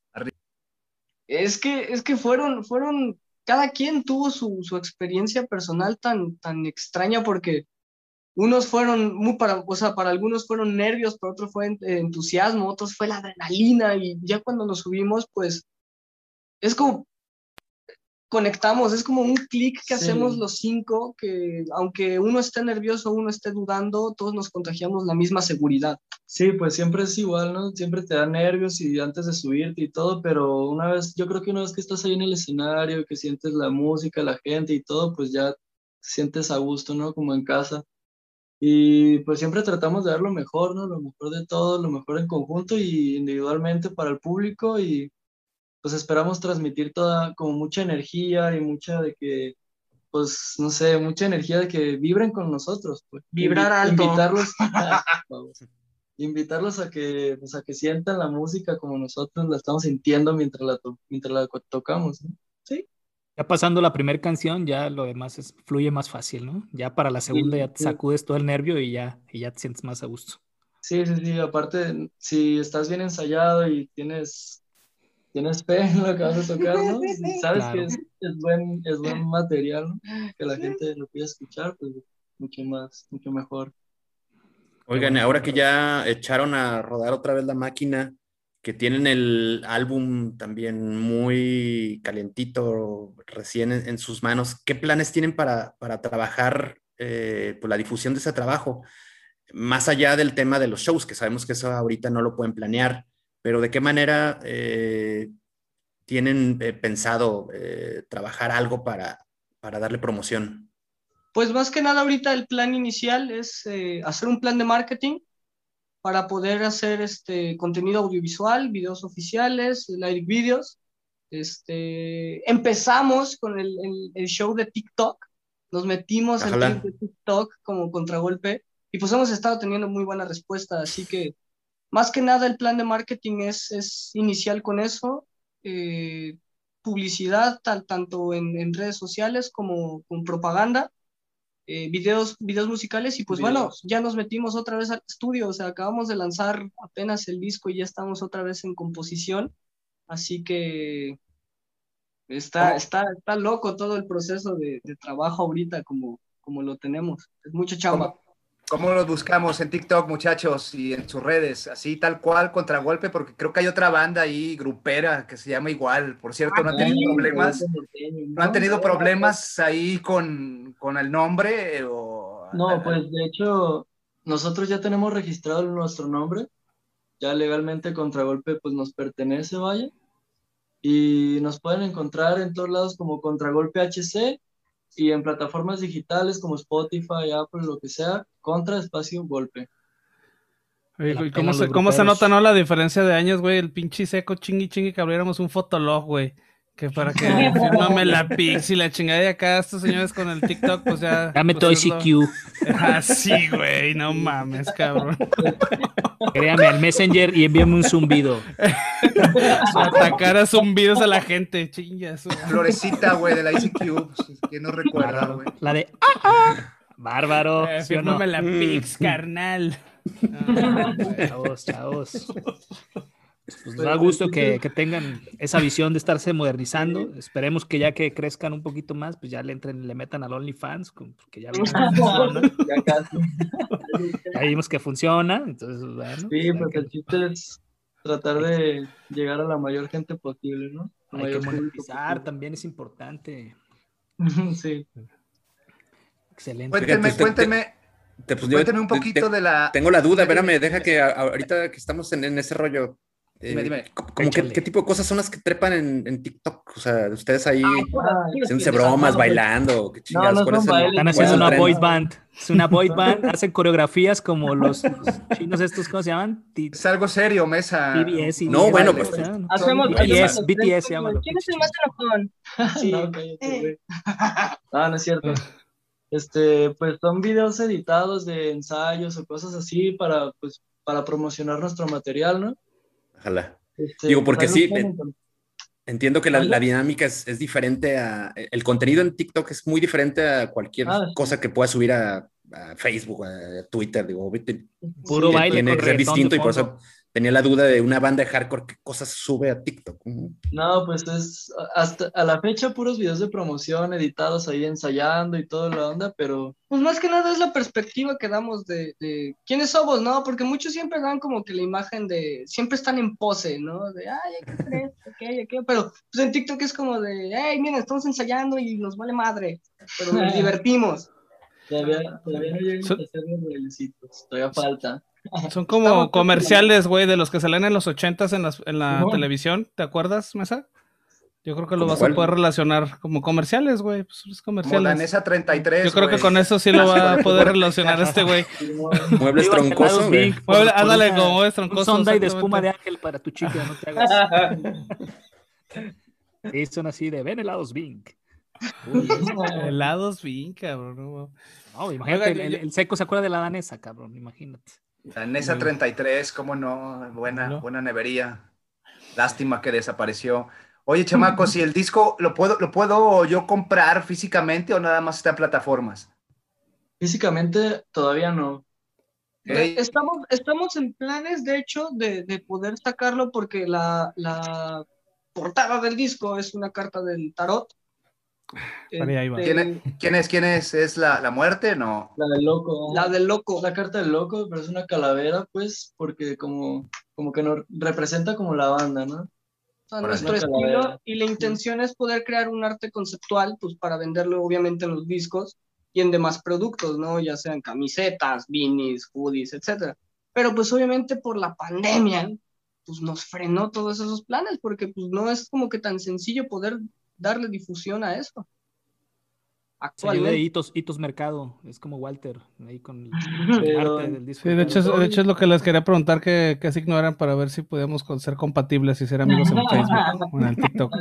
Es que fueron, cada quien tuvo su experiencia personal tan extraña, porque unos fueron para algunos fueron nervios, para otros fue entusiasmo, otros fue la adrenalina, y ya cuando nos subimos, pues es como conectamos, es como un clic que hacemos los 5, que aunque uno esté nervioso, uno esté dudando, todos nos contagiamos la misma seguridad. Sí, pues siempre es igual, ¿no? Siempre te da nervios y antes de subirte y todo, pero yo creo que una vez que estás ahí en el escenario, que sientes la música, la gente y todo, pues ya te sientes a gusto, ¿no? Como en casa. Y pues siempre tratamos de dar lo mejor, ¿no? Lo mejor de todo, lo mejor en conjunto y individualmente para el público, y pues esperamos transmitir toda, como mucha energía y mucha de que, pues, no sé, mucha energía de que vibren con nosotros, pues. Vibrar alto. Invitarlos a que sientan la música como nosotros la estamos sintiendo mientras la tocamos, ¿no? Sí. Ya pasando la primera canción, ya lo demás fluye más fácil, ¿no? Ya para la segunda ya te sacudes todo el nervio y ya te sientes más a gusto. Sí, aparte, si estás bien ensayado y tienes fe en lo que vas a tocar, ¿no? Si sabes que es buen material, ¿no? Que la gente lo quiera escuchar, pues mucho mejor. Oigan, ahora que ya echaron a rodar otra vez la máquina, que tienen el álbum también muy calientito, recién en sus manos, ¿qué planes tienen para trabajar pues la difusión de ese trabajo? Más allá del tema de los shows, que sabemos que eso ahorita no lo pueden planear, pero ¿de qué manera tienen pensado trabajar algo para darle promoción? Pues más que nada ahorita el plan inicial es hacer un plan de marketing para poder hacer contenido audiovisual, videos oficiales, live videos. Empezamos con el show de TikTok, nos metimos en el de TikTok como contragolpe, y pues hemos estado teniendo muy buena respuesta, así que más que nada el plan de marketing es inicial con eso, publicidad tanto en redes sociales como con propaganda, videos musicales, y pues bueno, ya nos metimos otra vez al estudio, o sea, acabamos de lanzar apenas el disco y ya estamos otra vez en composición, así que está loco todo el proceso de trabajo ahorita como lo tenemos, es mucha chamba. ¿Cómo los buscamos en TikTok, muchachos, y en sus redes? Así tal cual, Contragolpe, porque creo que hay otra banda ahí, grupera, que se llama igual. Por cierto, ¿no han tenido problemas? ¿No han tenido problemas ahí con el nombre? No, pues de hecho, nosotros ya tenemos registrado nuestro nombre. Ya legalmente Contragolpe pues nos pertenece, vaya. Y nos pueden encontrar en todos lados como Contragolpe HC, y en plataformas digitales como Spotify, Apple, lo que sea, Golpe. Oye, ¿cómo se nota, no, la diferencia de años, güey? El pinche seco chingui que abriéramos un fotolog, güey. Que para que fírmame la Pix y la chingada de acá, estos señores con el TikTok, pues ya... Dame todo ICQ. Sí, güey, no mames, cabrón. Créame al Messenger y envíame un zumbido. Atacar a zumbidos a la gente, chingas. Florecita, güey, de la ICQ, pues, que no recuerda, güey. La de... Bárbaro. ¿Sí o no? Fírmame la Pix, carnal. Chavos. Pues nos da gusto que tengan esa visión de estarse modernizando. Esperemos que ya que crezcan un poquito más, pues ya le metan al OnlyFans, porque ya vimos que funciona. Ya casi. Ya vimos que funciona, entonces, bueno. Sí, pues el chiste es tratar de llegar a la mayor gente posible, ¿no? Hay que monetizar, también es importante. Sí. Excelente. Cuénteme un poquito de la... Tengo la duda, espérame, deja que ahorita que estamos en ese rollo... Dime. ¿Qué tipo de cosas son las que trepan en TikTok? O sea, ustedes ahí haciéndose bromas, bailando. ¿Qué chingados? Están haciendo una boy band. Es una boy band. Hacen coreografías como los chinos estos, ¿cómo se llaman? Es algo serio, Mesa. BBS. No, bueno, pues. Hacemos BTS, llámalo. ¿Quién es el más enojón? Sí. No, cállate, güey. No es cierto. Pues son videos editados de ensayos o cosas así para promocionar nuestro material, ¿no? Ojalá. Digo, porque pues, sí, entiendo que la dinámica es diferente el contenido en TikTok es muy diferente a cualquier cosa que pueda subir a Facebook, a Twitter, digo, puro baile. Tiene que ser distinto y por eso tenía la duda de una banda de hardcore, ¿qué cosas sube a TikTok? No, pues es hasta a la fecha puros videos de promoción editados ahí ensayando y toda la onda, pero... Pues más que nada es la perspectiva que damos de quiénes somos, ¿no? Porque muchos siempre dan como que la imagen siempre están en pose, ¿no? De, ay, hay que creer, ok, pero pues en TikTok es como de, hey, miren, estamos ensayando y nos vale madre, pero nos divertimos. Todavía no llegamos a hacer los bailecitos, todavía falta. Son como comerciales, güey, de los que salen en los 80s en la televisión. ¿Te acuerdas, Mesa? Yo creo que lo vas a poder relacionar como comerciales, güey. Pues es comerciales. Como Danesa 33. Yo creo que con eso sí lo va a poder relacionar este güey. Muebles troncosos, güey. Ándale, como muebles troncosos. Sonda y de espuma de ángel para tu chica, no te hagas. Sí, son así de ven helados Bing. Helados Bing, cabrón. No, imagínate, el seco se acuerda de la danesa, cabrón, imagínate. Danesa 33, cómo no, buena nevería. Lástima que desapareció. Oye, chamacos, si el disco lo puedo yo comprar físicamente o nada más está en plataformas? Físicamente todavía no. Okay. Estamos en planes, de hecho, de poder sacarlo porque la portada del disco es una carta del tarot. ¿Quién es? ¿Es la muerte? No. La del loco. La del loco. La carta del loco, pero es una calavera, pues, porque como que nos representa como la banda, ¿no? O sea, nuestro estilo y la intención es poder crear un arte conceptual, pues, para venderlo obviamente en los discos y en demás productos, ¿no? Ya sean camisetas, beanies, hoodies, etcétera. Pero, pues, obviamente por la pandemia, pues, nos frenó todos esos planes, porque, pues, no es como que tan sencillo poder darle difusión a esto. Actualmente. De Hitos Mercado, es como Walter, ahí con el arte del disco. Sí, de hecho es lo que les quería preguntar, qué signo eran para ver si podíamos ser compatibles y ser amigos en Facebook o en el TikTok.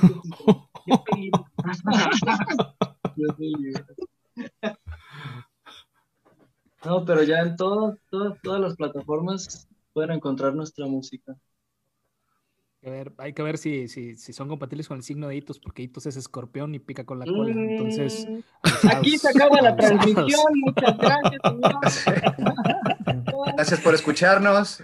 No, pero ya en todas las plataformas pueden encontrar nuestra música. Hay que ver si son compatibles con el signo de Hitos, porque Hitos es escorpión y pica con la cola. Entonces, aquí se acaba la transmisión. Muchas gracias, señor. Gracias por escucharnos.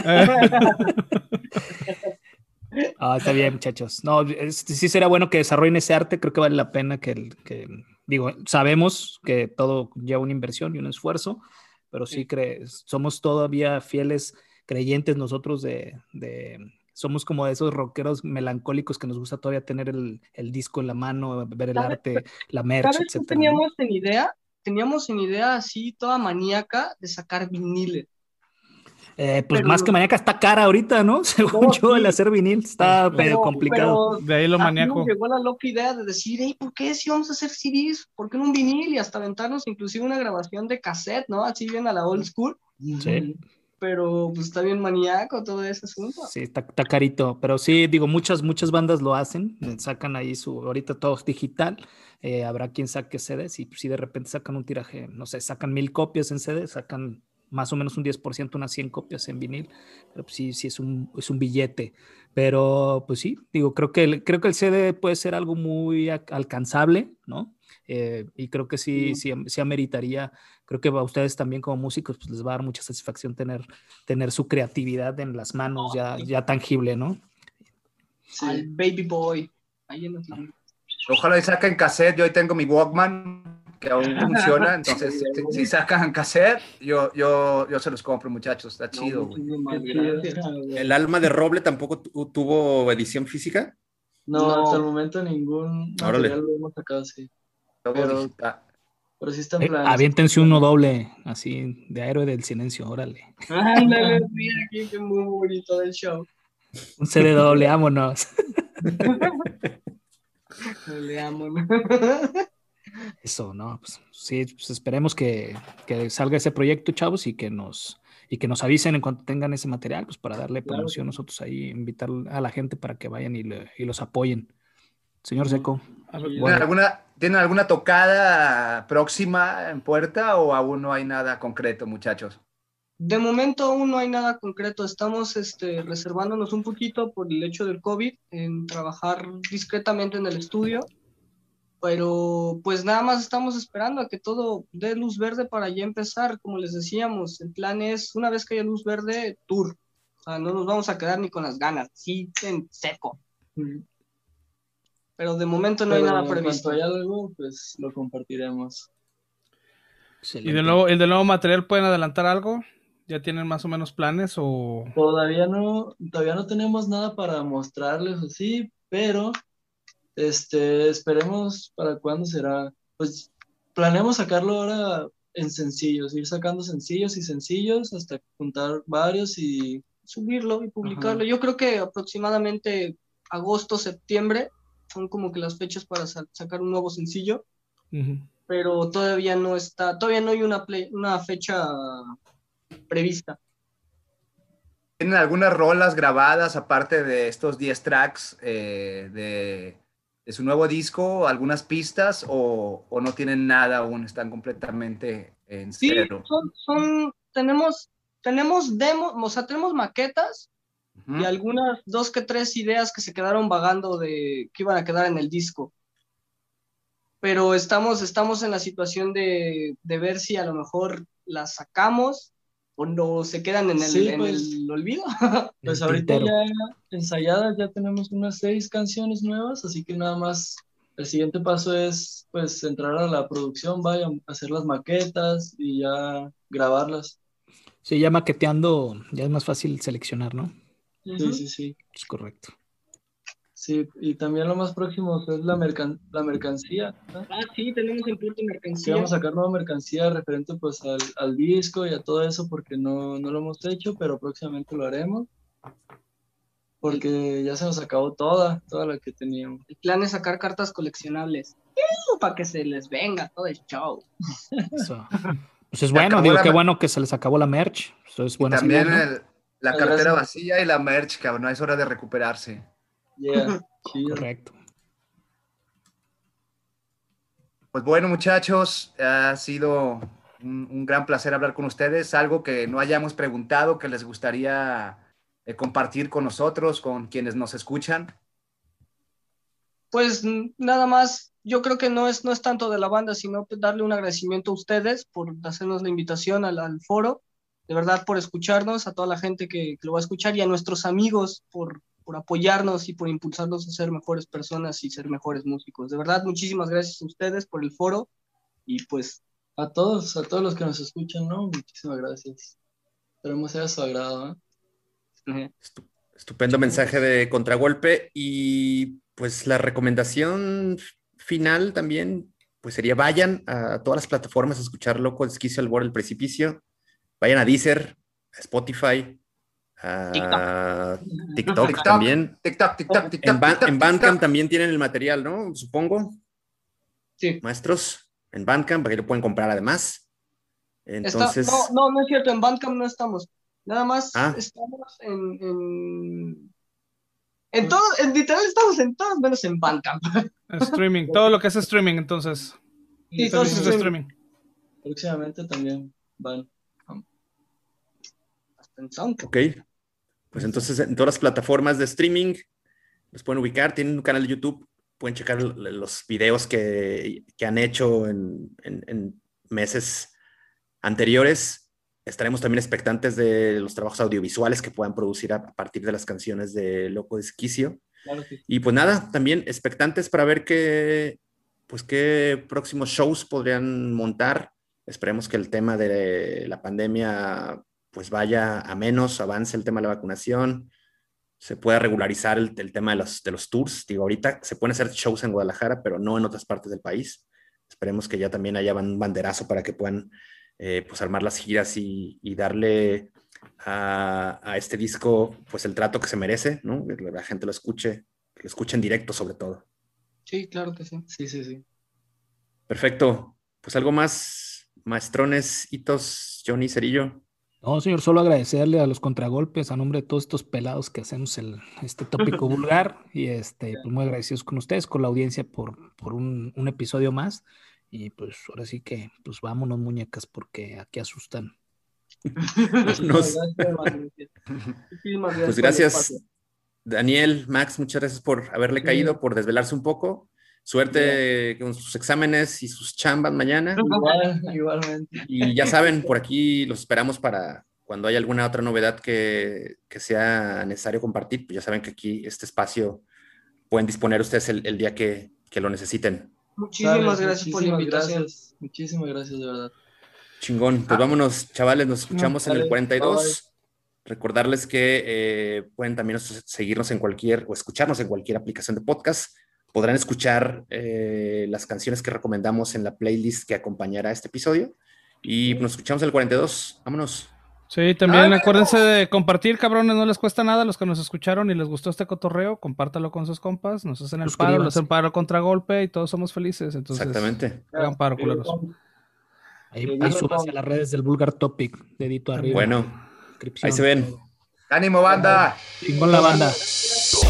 Está bien, muchachos. No, sí será bueno que desarrollen ese arte. Creo que vale la pena digo, sabemos que todo lleva una inversión y un esfuerzo, pero sí somos todavía fieles creyentes nosotros somos como de esos rockeros melancólicos que nos gusta todavía tener el disco en la mano, ver el arte, la merch, etc. Teníamos en idea así toda maníaca de sacar viniles. Pues más que maníaca está cara ahorita, ¿no? Según yo, el hacer vinil está medio complicado. De ahí lo maníaco. Nos llegó la loca idea de decir, ¿por qué si vamos a hacer CDs? ¿Por qué no un vinil? Y hasta aventarnos inclusive una grabación de cassette, ¿no? Así bien a la old school. Sí. Pero pues está bien maníaco todo ese asunto. Sí, está carito, pero sí, digo, muchas bandas lo hacen, sacan ahí ahorita todo es digital, habrá quien saque CDs y si de repente sacan un tiraje, no sé, sacan 1000 copias en CD, sacan más o menos un 10%, unas 100 copias en vinil, pero pues sí es un billete. Pero pues sí, digo, creo que el CD puede ser algo muy alcanzable, ¿no? Y creo que sí ameritaría, creo que a ustedes también como músicos pues les va a dar mucha satisfacción tener su creatividad en las manos ya tangible, ¿no? Sí. Al Baby Boy. Ahí en los... Ojalá y saquen cassette. Yo hoy tengo mi Walkman que aún funciona, entonces si sacan cassette, yo se los compro, muchachos. Está chido, güey. ¿El Alma de Roble tampoco tuvo edición física? No, hasta el momento ningún material lo hemos sacado, sí. Pero sí está en plan. Aviéntense uno doble, así, de Héroe del Silencio, órale. Ándale, mira aquí, que muy bonito del show. Un CD doble, vámonos. Eso, ¿no? Pues, sí, pues esperemos que salga ese proyecto, chavos, y que nos avisen en cuanto tengan ese material, pues para darle promoción nosotros ahí, invitar a la gente para que vayan y los apoyen. Señor Seco. ¿Tienen alguna tocada próxima en puerta o aún no hay nada concreto, muchachos? De momento aún no hay nada concreto. Estamos reservándonos un poquito por el hecho del COVID en trabajar discretamente en el estudio, pero pues nada más estamos esperando a que todo dé luz verde para ya empezar. Como les decíamos, el plan es, una vez que haya luz verde, tour. O sea, no nos vamos a quedar ni con las ganas, sí, en seco. Pero de momento no hay nada previsto. Cuando haya algo, pues lo compartiremos. ¿Y del nuevo material pueden adelantar algo? ¿Ya tienen más o menos planes o...? Todavía no tenemos nada para mostrarles así, pero esperemos para cuándo será. Pues planeamos sacarlo ahora en sencillos, ir sacando sencillos y sencillos hasta juntar varios y subirlo y publicarlo. Ajá. Yo creo que aproximadamente agosto, septiembre son como que las fechas para sacar un nuevo sencillo, pero todavía no hay una fecha prevista. ¿Tienen algunas rolas grabadas aparte de estos 10 tracks de su nuevo disco, algunas pistas o no tienen nada aún, están completamente en cero? Sí, tenemos demos, o sea, tenemos maquetas y algunas 2 que 3 ideas que se quedaron vagando que iban a quedar en el disco. Pero estamos en la situación de ver si a lo mejor las sacamos o no se quedan en el olvido. Pues ahorita ya ensayadas ya tenemos unas 6 canciones nuevas, así que nada más el siguiente paso es pues entrar a la producción, hacer las maquetas y ya grabarlas. Sí, ya maqueteando ya es más fácil seleccionar, ¿no? Sí. Es correcto. Sí, y también lo más próximo es la mercancía, ¿no? Sí, tenemos el punto de mercancía. Vamos a sacar nueva mercancía referente pues al disco y a todo eso porque no lo hemos hecho, pero próximamente lo haremos. Porque ya se nos acabó toda la que teníamos. El plan es sacar cartas coleccionables. Para que se les venga todo el show. Eso. Pues es bueno, digo, qué bueno que se les acabó la merch. Eso es bueno. Y también la cartera vacía y la merch, cabrón, no es hora de recuperarse. Yeah, correcto. Pues bueno, muchachos, ha sido un gran placer hablar con ustedes. Algo que no hayamos preguntado, que les gustaría compartir con nosotros, con quienes nos escuchan. Pues nada más, yo creo que no es tanto de la banda, sino darle un agradecimiento a ustedes por hacernos la invitación al foro, de verdad por escucharnos, a toda la gente que lo va a escuchar y a nuestros amigos por apoyarnos y por impulsarnos a ser mejores personas y ser mejores músicos. De verdad, muchísimas gracias a ustedes por el foro y pues a todos los que nos escuchan, ¿no? Muchísimas gracias. Esperemos sea de su agrado, ¿eh? Estupendo mensaje de contragolpe y pues la recomendación final también pues sería vayan a todas las plataformas a escuchar Loco Esquizo al Borde del Precipicio, vayan a Deezer, a Spotify, a TikTok también. En Bandcamp también tienen el material, ¿no? Supongo. Sí. Maestros, en Bandcamp, ahí lo pueden comprar además. Entonces... No es cierto, en Bandcamp no estamos. Nada más estamos en todo, literal estamos en todos menos en Bandcamp. Streaming, todo lo que es streaming, entonces. Sí, todo es streaming. Próximamente también van. en SoundCloud. Ok. Pues entonces en todas las plataformas de streaming los pueden ubicar. Tienen un canal de YouTube. Pueden checar los videos que han hecho en meses anteriores. Estaremos también expectantes de los trabajos audiovisuales que puedan producir a partir de las canciones de Loco Desquicio. Claro que sí. Y pues nada, también expectantes para ver qué próximos shows podrían montar. Esperemos que el tema de la pandemia pues vaya a menos, avance el tema de la vacunación, se pueda regularizar el tema de los tours. Digo, ahorita se pueden hacer shows en Guadalajara, pero no en otras partes del país. Esperemos que ya también haya un banderazo para que puedan pues armar las giras y darle a este disco pues el trato que se merece, ¿no? Que la gente lo escuche en directo sobre todo. Sí, claro que sí. Sí. Perfecto. Pues algo más, maestrones, hitos, Johnny, Cerillo. No, señor, solo agradecerle a los contragolpes a nombre de todos estos pelados que hacemos este tópico vulgar y pues muy agradecidos con ustedes, con la audiencia por un episodio más y pues ahora sí que pues vámonos muñecas porque aquí asustan. Pues gracias, Daniel, Max, muchas gracias por haberle caído, por desvelarse un poco. Suerte con sus exámenes y sus chambas mañana. Igualmente. Y ya saben, por aquí los esperamos para cuando haya alguna otra novedad que sea necesario compartir. Pues ya saben que aquí este espacio pueden disponer ustedes el día que lo necesiten. Muchísimas gracias por la invitación. Muchísimas gracias, de verdad. Chingón. Pues vámonos, chavales, nos escuchamos en el 42. Bye. Recordarles que pueden también seguirnos o escucharnos en cualquier aplicación de podcast. Podrán escuchar las canciones que recomendamos en la playlist que acompañará este episodio. Y nos escuchamos en el 42. Vámonos. Sí, también acuérdense de compartir, cabrones, no les cuesta nada. Los que nos escucharon y les gustó este cotorreo, compártalo con sus compas. Nos hacen el paro, nos hacen paro contragolpe y todos somos felices. Entonces, exactamente. Hagan paro, culeros. Ahí subas a las redes del Vulgar Topic, dedito arriba. Bueno, ahí se ven. ¡Ánimo, banda! Chingón la banda.